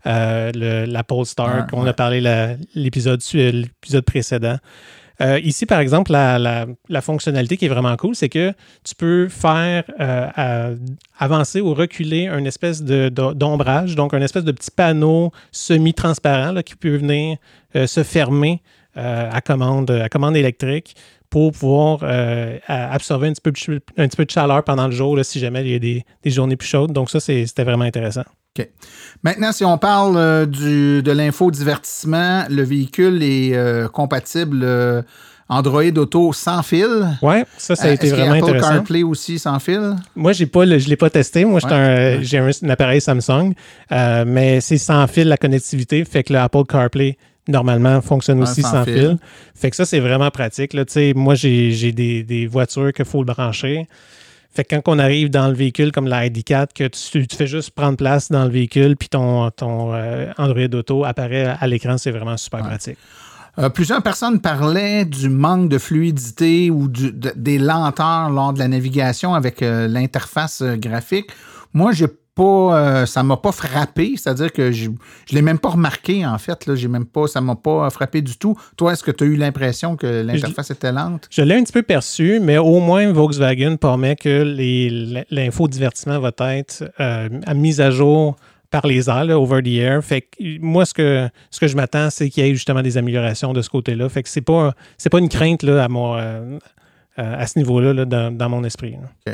la Polestar, qu'on a parlé l'épisode précédent. Ici, par exemple, la fonctionnalité qui est vraiment cool, c'est que tu peux faire avancer ou reculer une espèce d'ombrage, donc un espèce de petit panneau semi-transparent là, qui peut venir se fermer à commande électrique pour pouvoir absorber un petit peu de chaleur pendant le jour là, si jamais il y a des journées plus chaudes. Donc ça, c'était vraiment intéressant. OK. Maintenant, si on parle de l'infodivertissement, le véhicule est compatible Android Auto sans fil. Oui, ça a été vraiment intéressant. Apple CarPlay aussi sans fil? Moi, je ne l'ai pas testé. Moi, j'ai un appareil Samsung, mais c'est sans fil la connectivité, fait que le Apple CarPlay normalement fonctionne aussi sans fil. Fait que ça, c'est vraiment pratique. Là. Moi, j'ai des voitures qu'il faut le brancher. Fait que quand on arrive dans le véhicule comme la ID4, que tu fais juste prendre place dans le véhicule, puis ton Android Auto apparaît à l'écran, c'est vraiment super pratique. Plusieurs personnes parlaient du manque de fluidité ou des lenteurs lors de la navigation avec l'interface graphique. Moi, ça m'a pas frappé, c'est-à-dire que je l'ai même pas remarqué, en fait. Là, ça m'a pas frappé du tout. Toi, est-ce que tu as eu l'impression que l'interface était lente? Je l'ai un petit peu perçu, mais au moins Volkswagen promet que l'infodivertissement va être mise à jour par les airs, là, over the air. Fait que moi, ce que je m'attends, c'est qu'il y ait justement des améliorations de ce côté-là. Fait que c'est pas une crainte là, à ce niveau-là là, dans mon esprit. OK.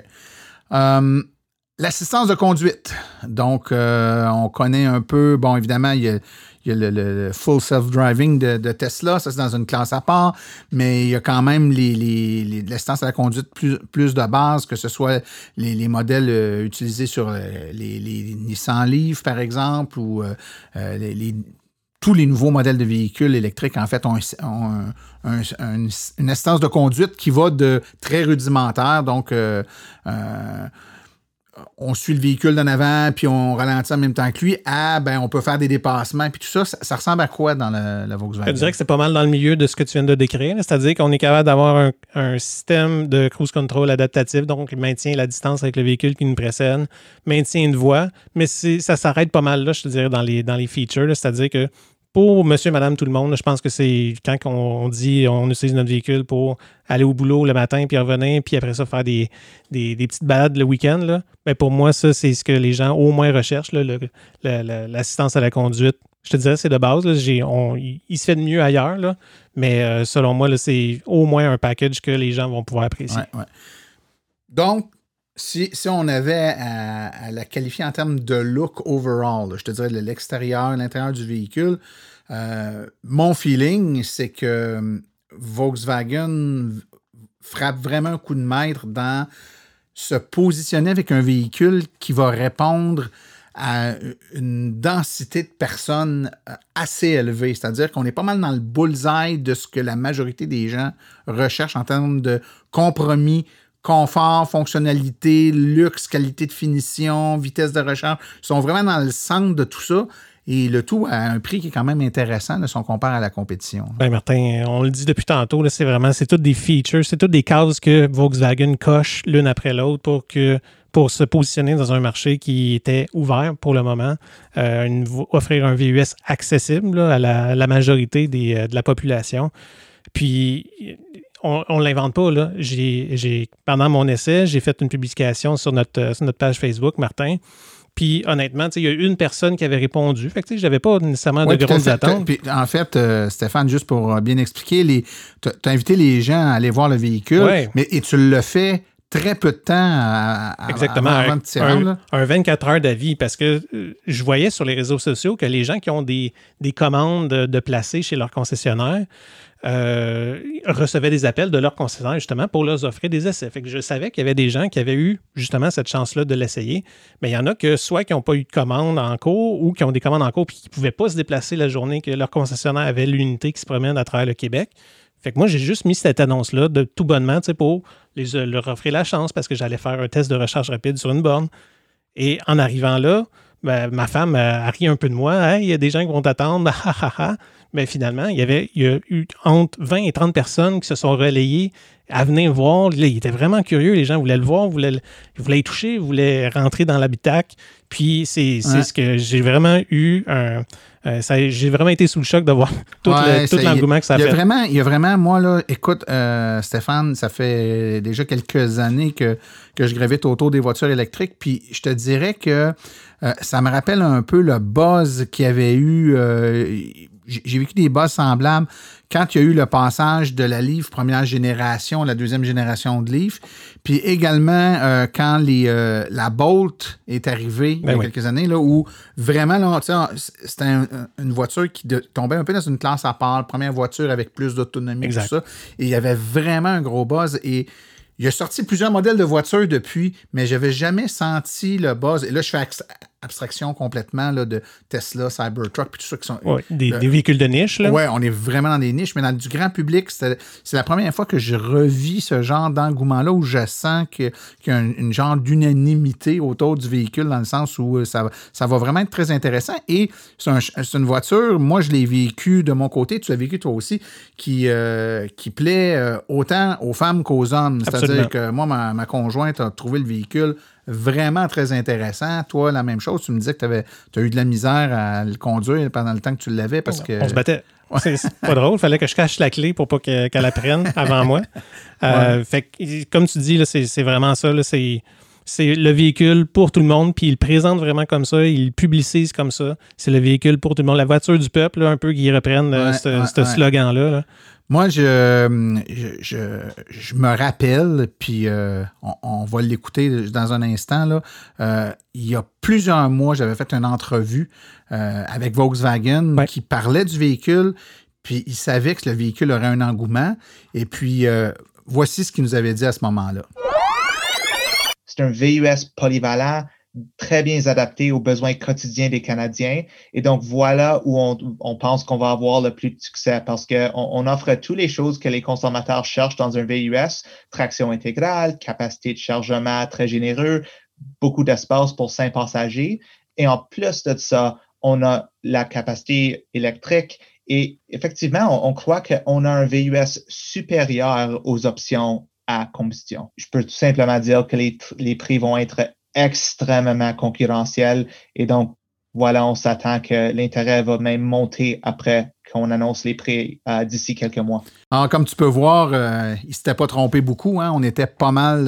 L'assistance de conduite. Donc, on connaît un peu, bon, évidemment, il y a le full self-driving de Tesla, ça c'est dans une classe à part, mais il y a quand même l'assistance à la conduite plus de base, que ce soit les modèles utilisés sur les Nissan Leaf, par exemple, ou tous les nouveaux modèles de véhicules électriques, en fait, ont une assistance de conduite qui va de très rudimentaire, donc on suit le véhicule d'en avant, puis on ralentit en même temps que lui, on peut faire des dépassements, puis tout ça, ça ressemble à quoi dans la Volkswagen? Je dirais que c'est pas mal dans le milieu de ce que tu viens de décrire, c'est-à-dire qu'on est capable d'avoir un système de cruise control adaptatif, donc il maintient la distance avec le véhicule qui nous précède, maintient une voie, mais ça s'arrête pas mal là, je te dirais, dans les features, là, c'est-à-dire que pour monsieur, madame, tout le monde, je pense que c'est quand on dit on utilise notre véhicule pour aller au boulot le matin puis revenir, puis après ça faire des petites balades le week-end, là, ben pour moi, ça, c'est ce que les gens au moins recherchent, là, l'assistance à la conduite. Je te dirais, c'est de base. Là, il se fait de mieux ailleurs, là, mais selon moi, là, c'est au moins un package que les gens vont pouvoir apprécier. Ouais. Donc, si on avait à la qualifier en termes de look overall, là, je te dirais l'extérieur, l'intérieur du véhicule, mon feeling, c'est que Volkswagen frappe vraiment un coup de maître dans se positionner avec un véhicule qui va répondre à une densité de personnes assez élevée. C'est-à-dire qu'on est pas mal dans le bullseye de ce que la majorité des gens recherchent en termes de compromis, confort, fonctionnalité, luxe, qualité de finition, vitesse de recharge. Ils sont vraiment dans le centre de tout ça. Et le tout à un prix qui est quand même intéressant là, si on compare à la compétition. Ben Martin, on le dit depuis tantôt, là, c'est toutes des features, c'est toutes des cases que Volkswagen coche l'une après l'autre pour se positionner dans un marché qui était ouvert pour le moment, offrir un VUS accessible là, à la majorité de la population. Puis, on ne l'invente pas. Là. Pendant mon essai, j'ai fait une publication sur notre page Facebook, Martin. Puis, honnêtement, il y a une personne qui avait répondu. Fait que je n'avais pas nécessairement de grosses attentes. Puis, en fait, Stéphane, juste pour bien expliquer, tu as invité les gens à aller voir le véhicule, et tu le fais très peu de temps Exactement, avant de t'y rendre. Un 24 heures d'avis, parce que je voyais sur les réseaux sociaux que les gens qui ont des commandes de placer chez leur concessionnaire recevaient des appels de leur concessionnaire justement pour leur offrir des essais. Fait que je savais qu'il y avait des gens qui avaient eu justement cette chance-là de l'essayer, mais il y en a que soit qui n'ont pas eu de commande en cours ou qui ont des commandes en cours et qui ne pouvaient pas se déplacer la journée que leur concessionnaire avait l'unité qui se promène à travers le Québec. Fait que moi, j'ai juste mis cette annonce-là de tout bonnement pour leur offrir la chance parce que j'allais faire un test de recharge rapide sur une borne. Et en arrivant là, ma femme a ri un peu de moi. Hey, il y a des gens qui vont t'attendre. Mais finalement, il y a eu entre 20 et 30 personnes qui se sont relayées à venir voir. Là, ils étaient vraiment curieux. Les gens voulaient le voir, voulaient y toucher, voulaient rentrer dans l'habitacle. Puis c'est ce que j'ai vraiment eu j'ai vraiment été sous le choc de voir tout l'engouement que ça a fait. Il y a vraiment, moi, là, écoute, Stéphane, ça fait déjà quelques années que je gravite autour des voitures électriques, puis je te dirais que ça me rappelle un peu le buzz qu'il y avait eu. J'ai vécu des buzz semblables quand il y a eu le passage de la Leaf première génération à la deuxième génération de Leaf, puis également quand la Bolt est arrivée il y a quelques années, là, où vraiment, là, c'était une voiture qui tombait un peu dans une classe à part, première voiture avec plus d'autonomie, tout ça, et il y avait vraiment un gros buzz, et il a sorti plusieurs modèles de voitures depuis, mais je n'avais jamais senti le buzz. Et là, je fais abstraction complètement là, de Tesla, Cybertruck, puis tout ça qui sont... des véhicules de niche, là. Oui, on est vraiment dans des niches, mais dans du grand public, c'est la première fois que je revis ce genre d'engouement-là où je sens qu'il y a une genre d'unanimité autour du véhicule, dans le sens où ça va vraiment être très intéressant. Et c'est une voiture, moi, je l'ai vécue de mon côté, tu l'as vécu toi aussi, qui plaît autant aux femmes qu'aux hommes. C'est-à-dire que moi, ma conjointe a trouvé le véhicule vraiment très intéressant. Toi, la même chose. Tu me disais que tu as eu de la misère à le conduire pendant le temps que tu l'avais parce que... On se battait. C'est pas drôle. Il fallait que je cache la clé pour pas qu'elle la prenne avant moi. Fait que, comme tu dis, là, c'est vraiment ça. Là, c'est le véhicule pour tout le monde, puis il le présente vraiment comme ça, il le publicise comme ça. C'est le véhicule pour tout le monde. La voiture du peuple, là, un peu qu'ils reprennent ce slogan-là. Là. Moi, je me rappelle, puis on va l'écouter dans un instant, là, il y a plusieurs mois, j'avais fait une entrevue avec Volkswagen qui parlait du véhicule, puis il savait que le véhicule aurait un engouement, et puis voici ce qu'il nous avait dit à ce moment-là. C'est un VUS polyvalent, très bien adapté aux besoins quotidiens des Canadiens. Et donc, voilà où on pense qu'on va avoir le plus de succès parce qu'on offre toutes les choses que les consommateurs cherchent dans un VUS, traction intégrale, capacité de chargement très généreux, beaucoup d'espace pour 5 passagers. Et en plus de ça, on a la capacité électrique. Et effectivement, on croit qu'on a un VUS supérieur aux options à combustion. Je peux tout simplement dire que les prix vont être extrêmement concurrentiels. Et donc, voilà, on s'attend que l'intérêt va même monter après qu'on annonce les prix d'ici quelques mois. Alors, comme tu peux voir, il ne s'était pas trompé beaucoup. Hein? On était pas mal...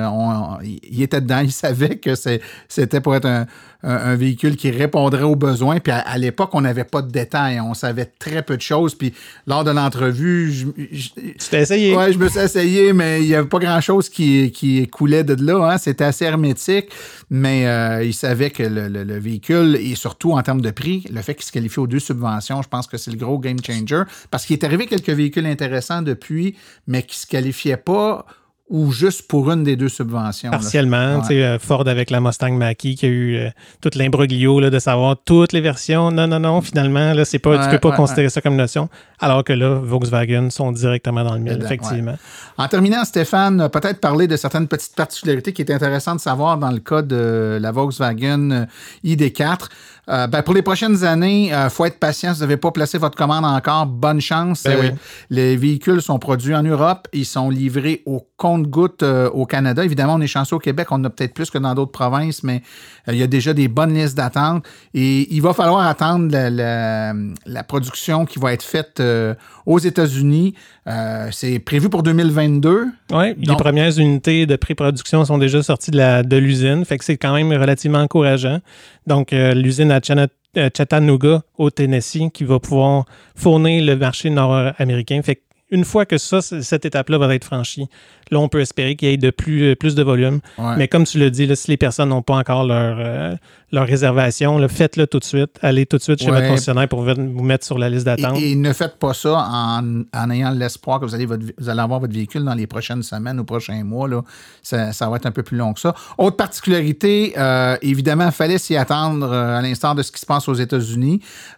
il était dedans. Il savait que c'était pour être un véhicule qui répondrait aux besoins. Puis à l'époque, on n'avait pas de détails. On savait très peu de choses. Puis lors de l'entrevue... Tu t'es essayé? Oui, je me suis essayé, mais il n'y avait pas grand-chose qui coulait de là. Hein? C'était assez hermétique. Mais il savait que le véhicule, et surtout en termes de prix, le fait qu'il se qualifie aux 2 subventions, je pense que c'est le gros game changer. Parce qu'il est arrivé quelques véhicules intéressants depuis, mais qui ne se qualifiaient pas ou juste pour une des 2 subventions. Partiellement. Ouais. Ford avec la Mustang Mach-E qui a eu tout l'imbroglio là, de savoir toutes les versions. Non, finalement, là, c'est pas, tu ne peux pas considérer ça comme notion. Alors que là, Volkswagen sont directement dans le mille, effectivement. Ouais. En terminant, Stéphane, peut-être parler de certaines petites particularités qui est intéressant de savoir dans le cas de la Volkswagen ID4. Pour les prochaines années, il faut être patient. Si vous n'avez pas placé votre commande encore, bonne chance. Oui. Les véhicules sont produits en Europe. Ils sont livrés au compte-gouttes au Canada. Évidemment, on est chanceux au Québec. On en a peut-être plus que dans d'autres provinces, mais il y a déjà des bonnes listes d'attente. Et il va falloir attendre la production qui va être faite aux États-Unis. C'est prévu pour 2022. Oui, les premières unités de pré-production sont déjà sorties de l'usine. Fait que c'est quand même relativement encourageant. Donc, l'usine à Chattanooga, au Tennessee, qui va pouvoir fournir le marché nord-américain. Fait qu'une fois que cette étape-là va être franchie, là, on peut espérer qu'il y ait de plus de volume. Ouais. Mais comme tu l'as dit, là, si les personnes n'ont pas encore leur réservation, là, faites-le tout de suite. Allez tout de suite chez votre concessionnaire pour vous mettre sur la liste d'attente. Et ne faites pas ça en ayant l'espoir que vous allez avoir votre véhicule dans les prochaines semaines ou prochains mois. Là. Ça va être un peu plus long que ça. Autre particularité, évidemment, il fallait s'y attendre à l'instar de ce qui se passe aux États-Unis.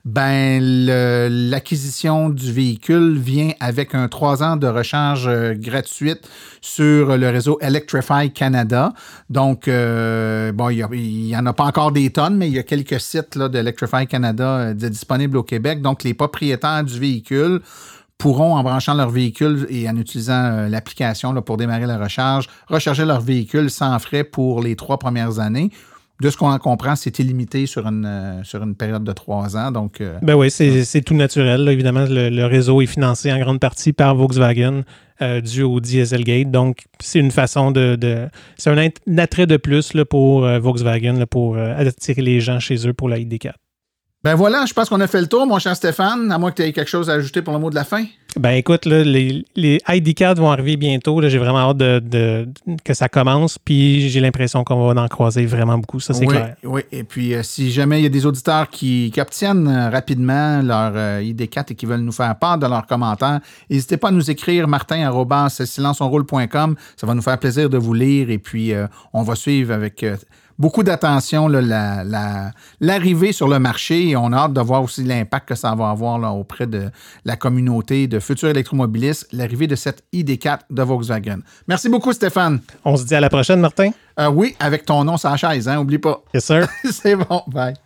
L'acquisition du véhicule vient avec un 3 ans de recharge gratuite sur le réseau Electrify Canada. Donc, il n'y en a pas encore des tonnes, mais il y a quelques sites là, d'Electrify Canada disponibles au Québec. Donc, les propriétaires du véhicule pourront, en branchant leur véhicule et en utilisant l'application là, pour démarrer la recharge, recharger leur véhicule sans frais pour les 3 premières années. De ce qu'on en comprend, c'est illimité sur une période de 3 ans. Donc, oui, c'est tout naturel. Là. Évidemment, le réseau est financé en grande partie par Volkswagen dû au Dieselgate. Donc, c'est une façon c'est un attrait de plus là, pour Volkswagen là, pour attirer les gens chez eux pour la ID4. Voilà, je pense qu'on a fait le tour, mon cher Stéphane, à moins que tu aies quelque chose à ajouter pour le mot de la fin. Écoute, là, les ID4 vont arriver bientôt. Là, j'ai vraiment hâte que ça commence. Puis j'ai l'impression qu'on va en croiser vraiment beaucoup. Ça, c'est clair. Oui, et puis si jamais il y a des auditeurs qui obtiennent rapidement leur ID4 et qui veulent nous faire part de leurs commentaires, n'hésitez pas à nous écrire martin@silenceonroule.com. Ça va nous faire plaisir de vous lire et puis on va suivre avec beaucoup d'attention là, l'arrivée sur le marché et on a hâte de voir aussi l'impact que ça va avoir là, auprès de la communauté de futurs électromobilistes, l'arrivée de cette ID4 de Volkswagen. Merci beaucoup, Stéphane. On se dit à la prochaine, Martin. Oui, avec ton nom sur la chaise, hein, oublie pas. Yes, sir. C'est bon, bye.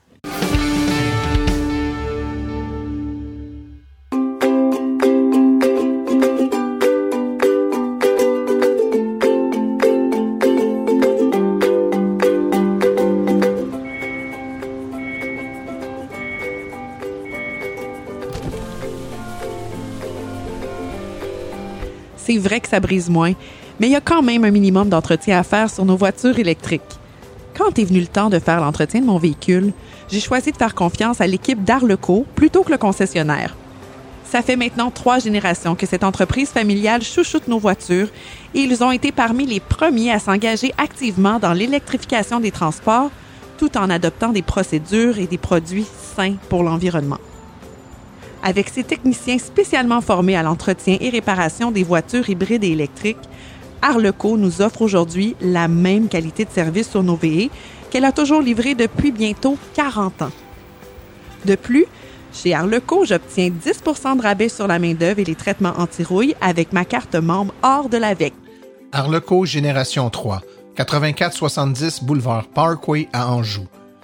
C'est vrai que ça brise moins, mais il y a quand même un minimum d'entretien à faire sur nos voitures électriques. Quand est venu le temps de faire l'entretien de mon véhicule, j'ai choisi de faire confiance à l'équipe d'Arleco plutôt que le concessionnaire. Ça fait maintenant 3 générations que cette entreprise familiale chouchoute nos voitures et ils ont été parmi les premiers à s'engager activement dans l'électrification des transports tout en adoptant des procédures et des produits sains pour l'environnement. Avec ses techniciens spécialement formés à l'entretien et réparation des voitures hybrides et électriques, Arleco nous offre aujourd'hui la même qualité de service sur nos VE qu'elle a toujours livré depuis bientôt 40 ans. De plus, chez Arleco, j'obtiens 10 % de rabais sur la main-d'œuvre et les traitements anti-rouille avec ma carte membre hors de l'AVEC. Arleco Génération 3. 8470 boulevard Parkway à Anjou,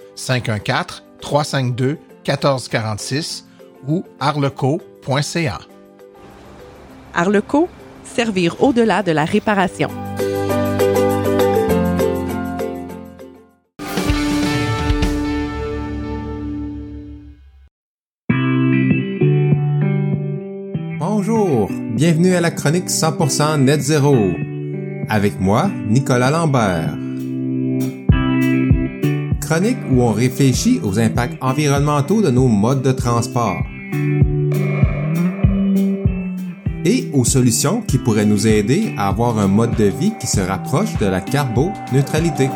514-352-1446 ou arleco.ca. Arleco, servir au-delà de la réparation. Bonjour, bienvenue à la chronique 100% Net Zéro. Avec moi, Nicolas Lambert. Chronique où on réfléchit aux impacts environnementaux de nos modes de transport. Et aux solutions qui pourraient nous aider à avoir un mode de vie qui se rapproche de la carboneutralité.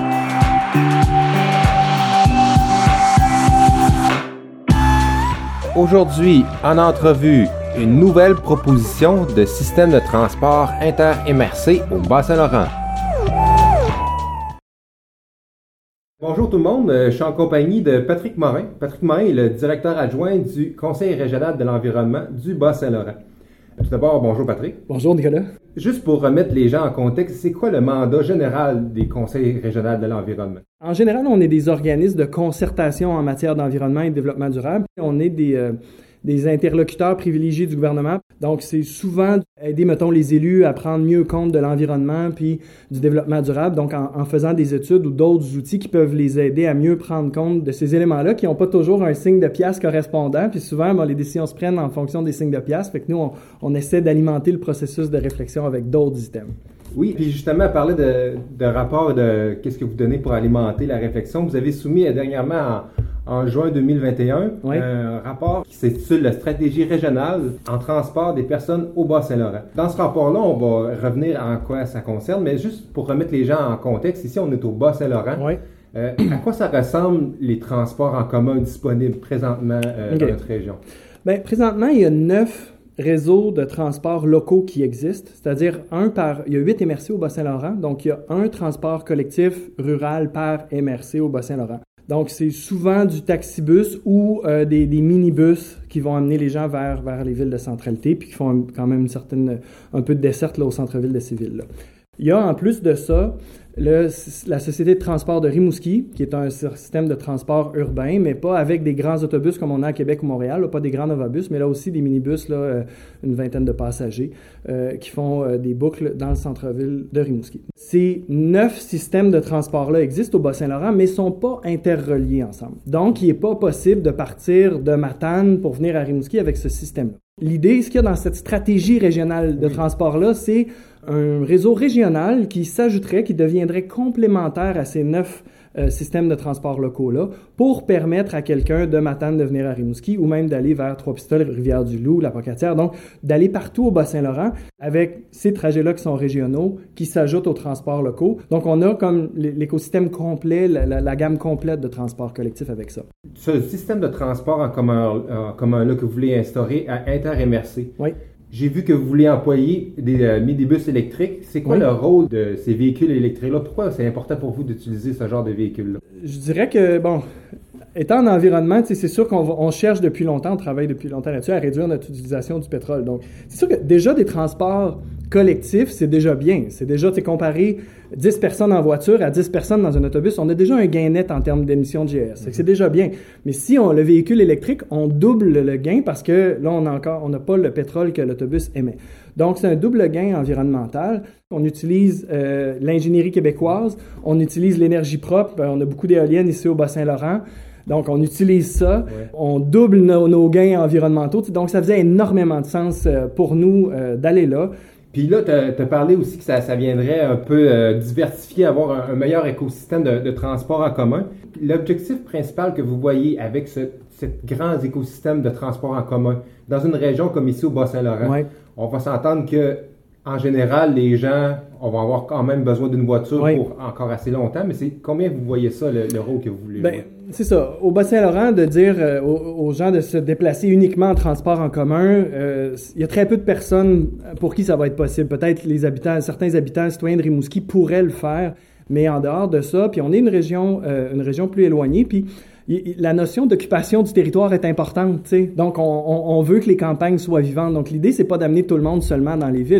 Aujourd'hui, en entrevue, une nouvelle proposition de système de transport inter-MRC au Bas-Saint-Laurent. Bonjour tout le monde, je suis en compagnie de Patrick Morin. Patrick Morin est le directeur adjoint du Conseil régional de l'environnement du Bas-Saint-Laurent. Tout d'abord, bonjour Patrick. Bonjour Nicolas. Juste pour remettre les gens en contexte, c'est quoi le mandat général des conseils régionaux de l'environnement? En général, on est des organismes de concertation en matière d'environnement et de développement durable. On est des interlocuteurs privilégiés du gouvernement. Donc, c'est souvent aider, mettons, les élus à prendre mieux compte de l'environnement puis du développement durable, donc en faisant des études ou d'autres outils qui peuvent les aider à mieux prendre compte de ces éléments-là qui n'ont pas toujours un signe de piastre correspondant. Puis souvent, les décisions se prennent en fonction des signes de piastre. Fait que nous, on essaie d'alimenter le processus de réflexion avec d'autres items. Oui, puis justement, parler de rapport de qu'est-ce que vous donnez pour alimenter la réflexion. Vous avez soumis dernièrement en juin 2021 un rapport qui s'intitule « La stratégie régionale en transport des personnes au Bas-Saint-Laurent ». Dans ce rapport-là, on va revenir en quoi ça concerne, mais juste pour remettre les gens en contexte, ici on est au Bas-Saint-Laurent. À quoi ça ressemble les transports en commun disponibles présentement dans notre région? Bien, présentement, il y a 9 réseaux de transports locaux qui existent, c'est-à-dire il y a 8 MRC au Bas-Saint-Laurent, donc il y a un transport collectif rural par MRC au Bas-Saint-Laurent. Donc, c'est souvent du taxibus ou des minibus qui vont amener les gens vers les villes de centralité puis qui font quand même un peu de desserte là, au centre-ville de ces villes-là. Il y a en plus de ça la Société de transport de Rimouski, qui est un système de transport urbain, mais pas avec des grands autobus comme on a à Québec ou Montréal, là, pas des grands Novabus, mais là aussi des minibus, là, une vingtaine de passagers, qui font des boucles dans le centre-ville de Rimouski. Ces 9 systèmes de transport-là existent au Bas-Saint-Laurent, mais ne sont pas interreliés ensemble. Donc, il n'est pas possible de partir de Matane pour venir à Rimouski avec ce système-là. L'idée, ce qu'il y a dans cette stratégie régionale de transport-là, c'est un réseau régional qui s'ajouterait, qui deviendrait complémentaire à ces 9 systèmes de transport locaux-là pour permettre à quelqu'un de Matane de venir à Rimouski ou même d'aller vers Trois-Pistoles, Rivière-du-Loup, la Pocatière. Donc, d'aller partout au Bas-Saint-Laurent avec ces trajets-là qui sont régionaux, qui s'ajoutent aux transports locaux. Donc, on a comme l'écosystème complet, la gamme complète de transports collectifs avec ça. Ce système de transport en commun là, que vous voulez instaurer à Inter-MRC. Oui. J'ai vu que vous voulez employer des minibus électriques. C'est quoi le rôle de ces véhicules électriques-là? Pourquoi c'est important pour vous d'utiliser ce genre de véhicules-là? Je dirais que, étant en environnement, c'est sûr qu'on cherche depuis longtemps, on travaille depuis longtemps là-dessus à réduire notre utilisation du pétrole. Donc, c'est sûr que déjà des transports collectifs, c'est déjà bien. C'est déjà, comparé 10 personnes en voiture à 10 personnes dans un autobus, on a déjà un gain net en termes d'émissions de GS. C'est déjà bien. Mais si le véhicule électrique, on double le gain parce que là, on n'a pas le pétrole que l'autobus émet. Donc, c'est un double gain environnemental. On utilise l'ingénierie québécoise, on utilise l'énergie propre. On a beaucoup d'éoliennes ici au Bas-Saint-Laurent. Donc, on utilise ça, on double nos gains environnementaux. Donc, ça faisait énormément de sens pour nous d'aller là. Puis là, tu as parlé aussi que ça viendrait un peu diversifier, avoir un meilleur écosystème de transport en commun. L'objectif principal que vous voyez avec ce grand écosystème de transport en commun, dans une région comme ici au Bas-Saint-Laurent, on va s'entendre que en général, les gens, on va avoir quand même besoin d'une voiture pour encore assez longtemps, mais c'est combien vous voyez ça, le rôle que vous voulez jouer? C'est ça. Au Bas-Saint-Laurent, de dire aux gens de se déplacer uniquement en transport en commun, il y a très peu de personnes pour qui ça va être possible. Peut-être certains habitants, citoyens de Rimouski pourraient le faire, mais en dehors de ça, puis on est une région plus éloignée, puis la notion d'occupation du territoire est importante, tu sais. Donc, on veut que les campagnes soient vivantes. Donc, l'idée, c'est pas d'amener tout le monde seulement dans les villes.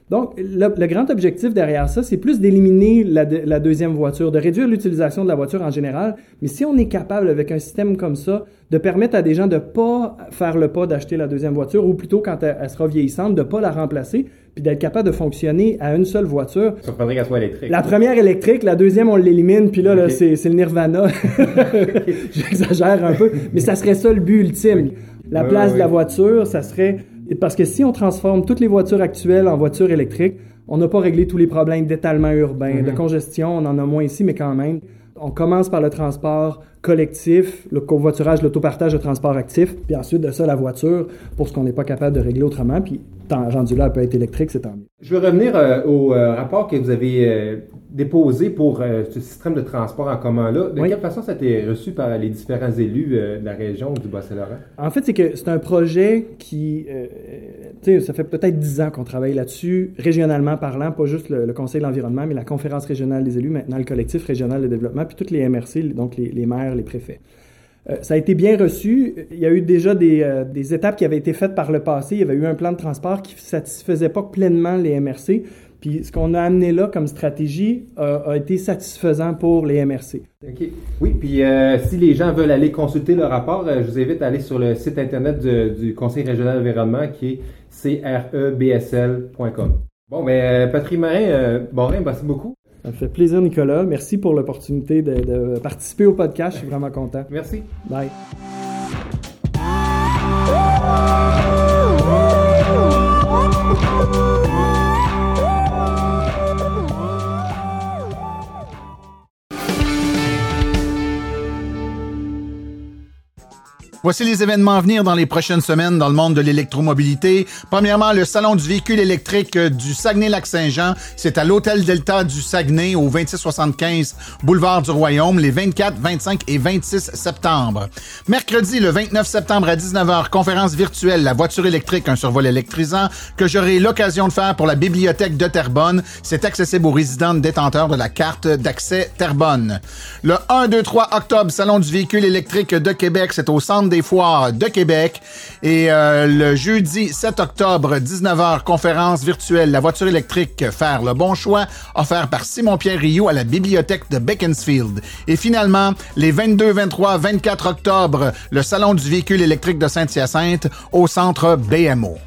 Donc, le grand objectif derrière ça, c'est plus d'éliminer la deuxième voiture, de réduire l'utilisation de la voiture en général. Mais si on est capable, avec un système comme ça, de permettre à des gens de pas faire le pas d'acheter la deuxième voiture, ou plutôt quand elle sera vieillissante, de pas la remplacer, puis d'être capable de fonctionner à une seule voiture. Ça faudrait qu'elle soit électrique. La première électrique, la deuxième, on l'élimine, puis là, c'est le nirvana. J'exagère un peu, mais ça serait ça le but ultime. La place de la voiture, ça serait... Parce que si on transforme toutes les voitures actuelles en voitures électriques, on n'a pas réglé tous les problèmes d'étalement urbain, de congestion, on en a moins ici, mais quand même. On commence par le transport collectif, le covoiturage, l'autopartage de transport actif, puis ensuite de ça, la voiture, pour ce qu'on n'est pas capable de régler autrement, puis rendu là, elle peut être électrique, c'est tant mieux. Je veux revenir au rapport que vous avez déposé pour ce système de transport en commun-là. De quelle façon ça a été reçu par les différents élus de la région du Bas-Saint-Laurent? En fait, c'est que c'est un projet qui... ça fait peut-être 10 ans qu'on travaille là-dessus, régionalement parlant, pas juste le Conseil de l'environnement, mais la Conférence régionale des élus, maintenant le Collectif régional de développement, puis toutes les MRC, donc les maires, les préfets. Ça a été bien reçu. Il y a eu déjà des étapes qui avaient été faites par le passé. Il y avait eu un plan de transport qui ne satisfaisait pas pleinement les MRC. Puis ce qu'on a amené là comme stratégie a été satisfaisant pour les MRC. OK. Oui, puis si les gens veulent aller consulter le rapport, je vous invite à aller sur le site Internet du Conseil régional de l'environnement qui est crebsl.com. Bon, mais Patrick Morin, merci beaucoup. Ça me fait plaisir, Nicolas. Merci pour l'opportunité de participer au podcast. Je suis vraiment content. Merci. Bye. Voici les événements à venir dans les prochaines semaines dans le monde de l'électromobilité. Premièrement, le Salon du véhicule électrique du Saguenay-Lac-Saint-Jean. C'est à l'Hôtel Delta du Saguenay, au 2675 Boulevard du Royaume, les 24, 25 et 26 septembre. Mercredi, le 29 septembre à 19h, conférence virtuelle La voiture électrique, un survol électrisant, que j'aurai l'occasion de faire pour la Bibliothèque de Terrebonne. C'est accessible aux résidents détenteurs de la carte d'accès Terrebonne. Le 1, 2, 3 octobre, Salon du véhicule électrique de Québec. C'est au Centre des foires de Québec. Et le jeudi 7 octobre, 19h, conférence virtuelle La voiture électrique, faire le bon choix, offert par Simon-Pierre Rioux à la Bibliothèque de Beaconsfield. Et finalement, les 22, 23, 24 octobre, le Salon du véhicule électrique de Saint-Hyacinthe au Centre BMO.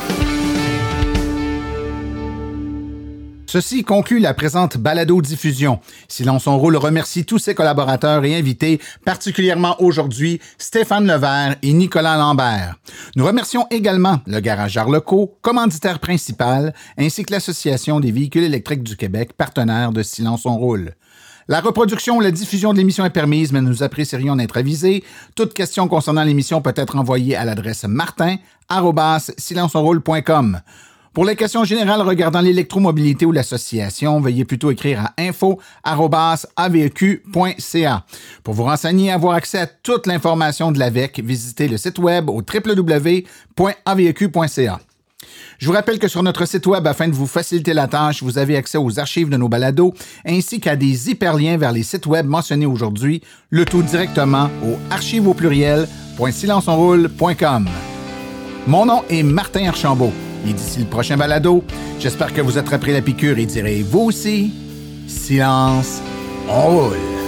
Ceci conclut la présente balado-diffusion. Silence on roule remercie tous ses collaborateurs et invités, particulièrement aujourd'hui Stéphane Levert et Nicolas Lambert. Nous remercions également le Garage Arleco, commanditaire principal, ainsi que l'Association des véhicules électriques du Québec, partenaire de Silence on roule. La reproduction ou la diffusion de l'émission est permise, mais nous apprécierions d'être avisés. Toute question concernant l'émission peut être envoyée à l'adresse martin@silenceonroule.com. Pour les questions générales regardant l'électromobilité ou l'association, veuillez plutôt écrire à info@aveq.ca. Pour vous renseigner et avoir accès à toute l'information de l'AVEQ, visitez le site web au www.aveq.ca. Je vous rappelle que sur notre site web, afin de vous faciliter la tâche, vous avez accès aux archives de nos balados ainsi qu'à des hyperliens vers les sites web mentionnés aujourd'hui, le tout directement au archives.silenceonroule.com. Mon nom est Martin Archambault. Et d'ici le prochain balado, j'espère que vous attraperez la piqûre et direz, vous aussi, silence, on roule.